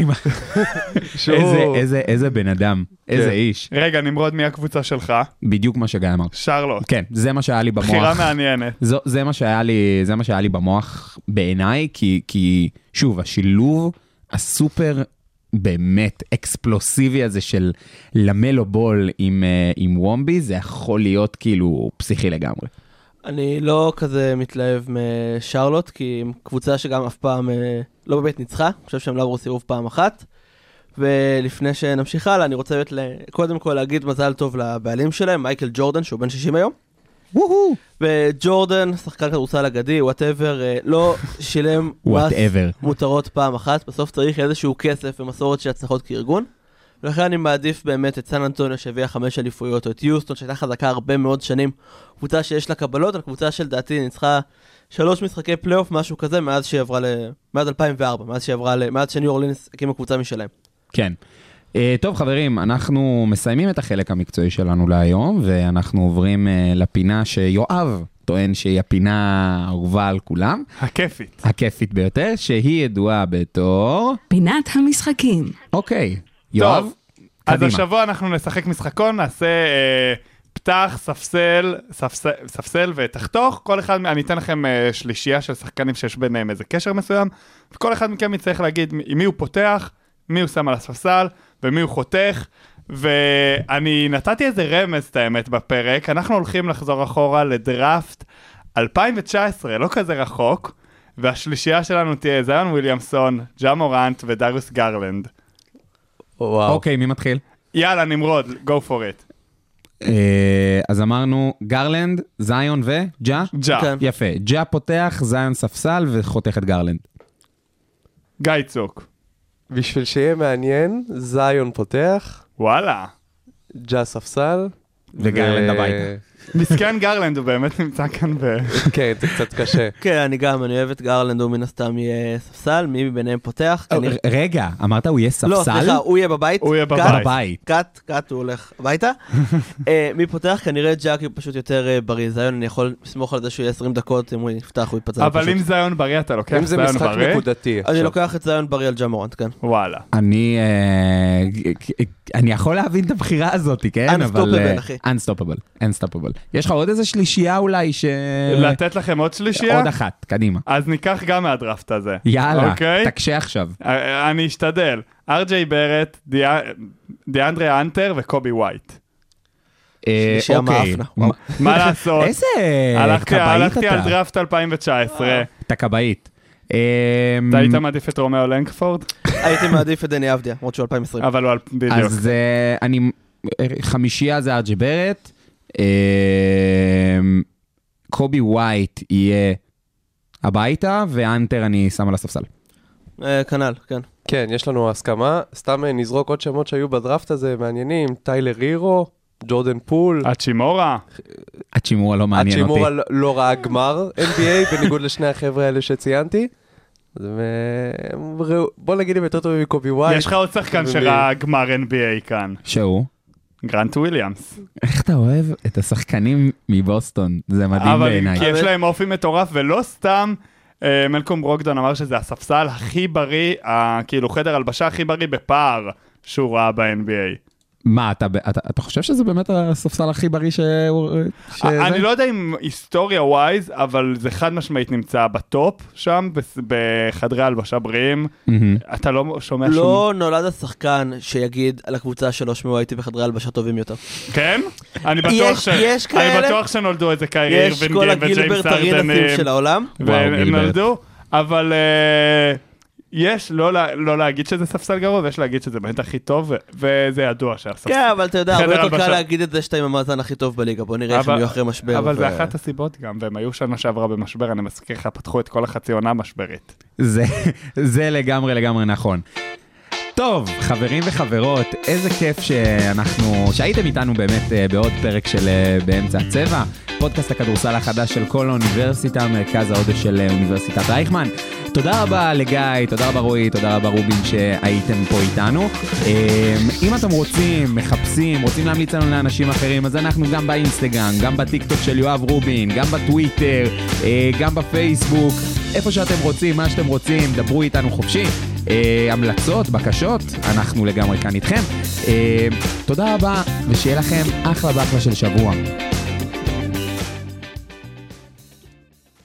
איזה בן אדם, איזה איש. רגע, נמרוד, מי הקבוצה שלך? בדיוק מה שגיא אמר. שרלוט. כן, זה מה שהיה לי במוח. בחירה מעניינת. זה מה שהיה לי, זה מה שהיה לי במוח בעיניי, כי שוב, השילוב הסופר באמת אקספלוסיבי הזה של למלו בול עם וומבי, זה יכול להיות כאילו פסיכי לגמרי. אני לא כזה מתלהב משרלוט, כי עם קבוצה שגם אף פעם לא באמת ניצחה, אני חושב שהם לא עברו סיבוב פעם אחת, ולפני שנמשיך הלאה, אני רוצה קודם כל להגיד מזל טוב לבעלים שלהם, מייקל ג'ורדן, שהוא בן שישים היום. וואו! וג'ורדן, שחקן כדורסל אגדי, וואטאבר, לא שילם מס מותרות פעם אחת, בסוף צריך איזשהו כסף ומסורת של הצלחות כארגון, ולכן אני מעדיף באמת את סן אנטוניו שהביאה חמש אליפויות, או את יוסטון שהייתה חזקה הרבה מאוד שנים, קבוצה שיש לה קבלות, על קבוצה של דעתי ניצחה שלוש משחקי פלייאוף, משהו כזה, מאז שהיא עברה ל... מאז אלפיים וארבע, מאז שהיא עברה ל... מאז שניו אורלינס הקימה קבוצה משלהם. כן. Uh, טוב חברים, אנחנו מסיימים את החלק המקצועי שלנו להיום, ואנחנו עוברים uh, לפינה שיואב טוען שהיא הפינה האהובה על כולם. הכיפית. הכיפית ביותר, שהיא ידועה בתור... פינת המשחקים. אוקיי. יואב, טוב, אז השבוע אנחנו נשחק משחקון, נעשה אה, פתח, ספסל, ספסל, ספסל ותחתוך. כל אחד, אני אתן לכם אה, שלישייה של שחקנים שיש ביניהם איזה קשר מסוים, וכל אחד מכם יצטרך להגיד עם מי הוא פותח, מי הוא שם על הספסל, ומי הוא חותך, ואני נתתי איזה רמז את האמת בפרק, אנחנו הולכים לחזור אחורה לדראפט אלפיים תשע עשרה, לא כזה רחוק, והשלישייה שלנו תהיה זיון וויליאמסון, ג'ה מורנט ודריוס גרלנד. אוקיי, מי מתחיל? יאללה, נמרוד, go for it. אז אמרנו גרלנד, זיון וג'ה? ג'ה. יפה. ג'ה פותח, זיון ספסל וחותך את גרלנד. גיא צוק. בשביל שיהיה מעניין, זיון פותח. וואלה. ג'ה ספסל. וגרלנד הביתה. מסכן גרלנד, הוא באמת נמצא כאן ב... כן, זה קצת קשה. כן, אני גם, אני אוהב את גרלנד, הוא מן הסתם יהיה ספסל, מי מביניהם פותח? רגע, אמרת הוא יהיה ספסל? לא, סליחה, הוא יהיה בבית. הוא יהיה בבית. קאט, קאט, הוא הולך הביתה. מי פותח? כנראה ג'אקי פשוט יותר בריא. זיון, אני יכול לסמוך על זה שהוא יהיה עשרים דקות, אם הוא יפתח, הוא יפצע. אבל אם זיון בריא, אתה לוקח זיון בריא? אם זה משחק נקודתי. אני לוקח את זיון בריא על ג'ה-מורנט, כן. וואלה. אני... אני יכול להבין את הבחירה הזאת, כן? Unstoppable, אחי. Unstoppable, Unstoppable. יש לך עוד איזה שלישייה אולי ש... לתת לכם עוד שלישייה? עוד אחת, קדימה. אז ניקח גם מהדראפט הזה. יאללה, אוקיי? תקשה עכשיו. אני אשתדל. אר ג'יי ברט, דיאנדרה אנטר וקובי ווייט. שלישייה מאפנה. מה לעשות? איזה קבאית אתה. הלכתי על דראפט אלפיים תשע עשרה. אתה קבאית. אתה היית מעדיף את רומאו לנקפורד? הייתי מעדיף את דני אבדיה, למרות שהוא אלפיים עשרים. אבל הוא בדיוק. אז אני... חמישייה זה אר ג'יי ברט. קובי ווייט יהיה הביתה, ואנטר אני שם על הספסל. כנ"ל, כן. כן, יש לנו הסכמה. סתם נזרוק עוד שמות שהיו בדראפט הזה, מעניינים. טיילר הירו, ג'ורדן פול. אצ'ימורה. אצ'ימורה לא מעניין אותי. אצ'ימורה לא ראה גמר אן בי איי, בניגוד לשני החבר'ה האלה שציינתי. בוא נגיד אם יותר טוב מקובי ווייט. יש לך עוד שחקן שראה גמר אן בי איי כאן. שהוא? גרנט וויליאמס. איך אתה אוהב את השחקנים מבוסטון? זה מדהים בעיניי. אבל כי יש להם אופי מטורף, ולא סתם מלקום ברוקדון אמר שזה הספסל הכי בריא, כאילו חדר הלבשה הכי בריא בפער שהוא ראה ב-אן בי איי. מה, אתה, אתה, אתה חושב שזה באמת הספסל הכי בריא ש... אני לא יודע אם היסטוריה ווייז, אבל זה חד משמעית נמצא בטופ שם, בחדרי הלבשה בריאים. אתה לא שומע שום... לא נולד השחקן שיגיד על הקבוצה שלו שמו הייתי בחדרי הלבשה טובים יותר. כן? אני בטוח שנולדו איזה קיירי אירווין גיים וג'יימס ארדנים. של העולם. ונולדו, אבל... יש לא, לא להגיד שזה ספסל גרוע, ויש להגיד שזה באמת הכי טוב, וזה ידוע שהספסל... כן, אבל אתה יודע, הרבה יותר קל להגיד את זה שאתה עם המאזן הכי טוב בליגה, בוא נראה איך הם יהיו אחרי משבר. אבל זה אחת הסיבות גם, והם היו שנה שעברה במשבר, אני מזכיר לך, פתחו את כל החצי עונה משברית. זה, זה לגמרי לגמרי נכון. טוב, חברים וחברות, איזה כיף שאנחנו, שהייתם איתנו באמת בעוד פרק של באמצע הצבע, פודקאסט הכדורסל החדש של כל האוניברסיטה, מרכז ההודו של אוניברסיטת רייכמן. תודה רבה לגיא, תודה רבה רועי, תודה רבה רובין שהייתם פה איתנו. אם אתם רוצים, מחפשים, רוצים להמליץ לנו לאנשים אחרים, אז אנחנו גם באינסטגרם, גם בטיקטוק של יואב רובין, גם בטוויטר, גם בפייסבוק, איפה שאתם רוצים, מה שאתם רוצים, דברו איתנו חופשי. המלצות, בקשות, אנחנו לגמרי כאן איתכם. תודה רבה, ושיהיה לכם אחלה באחלה של שבוע.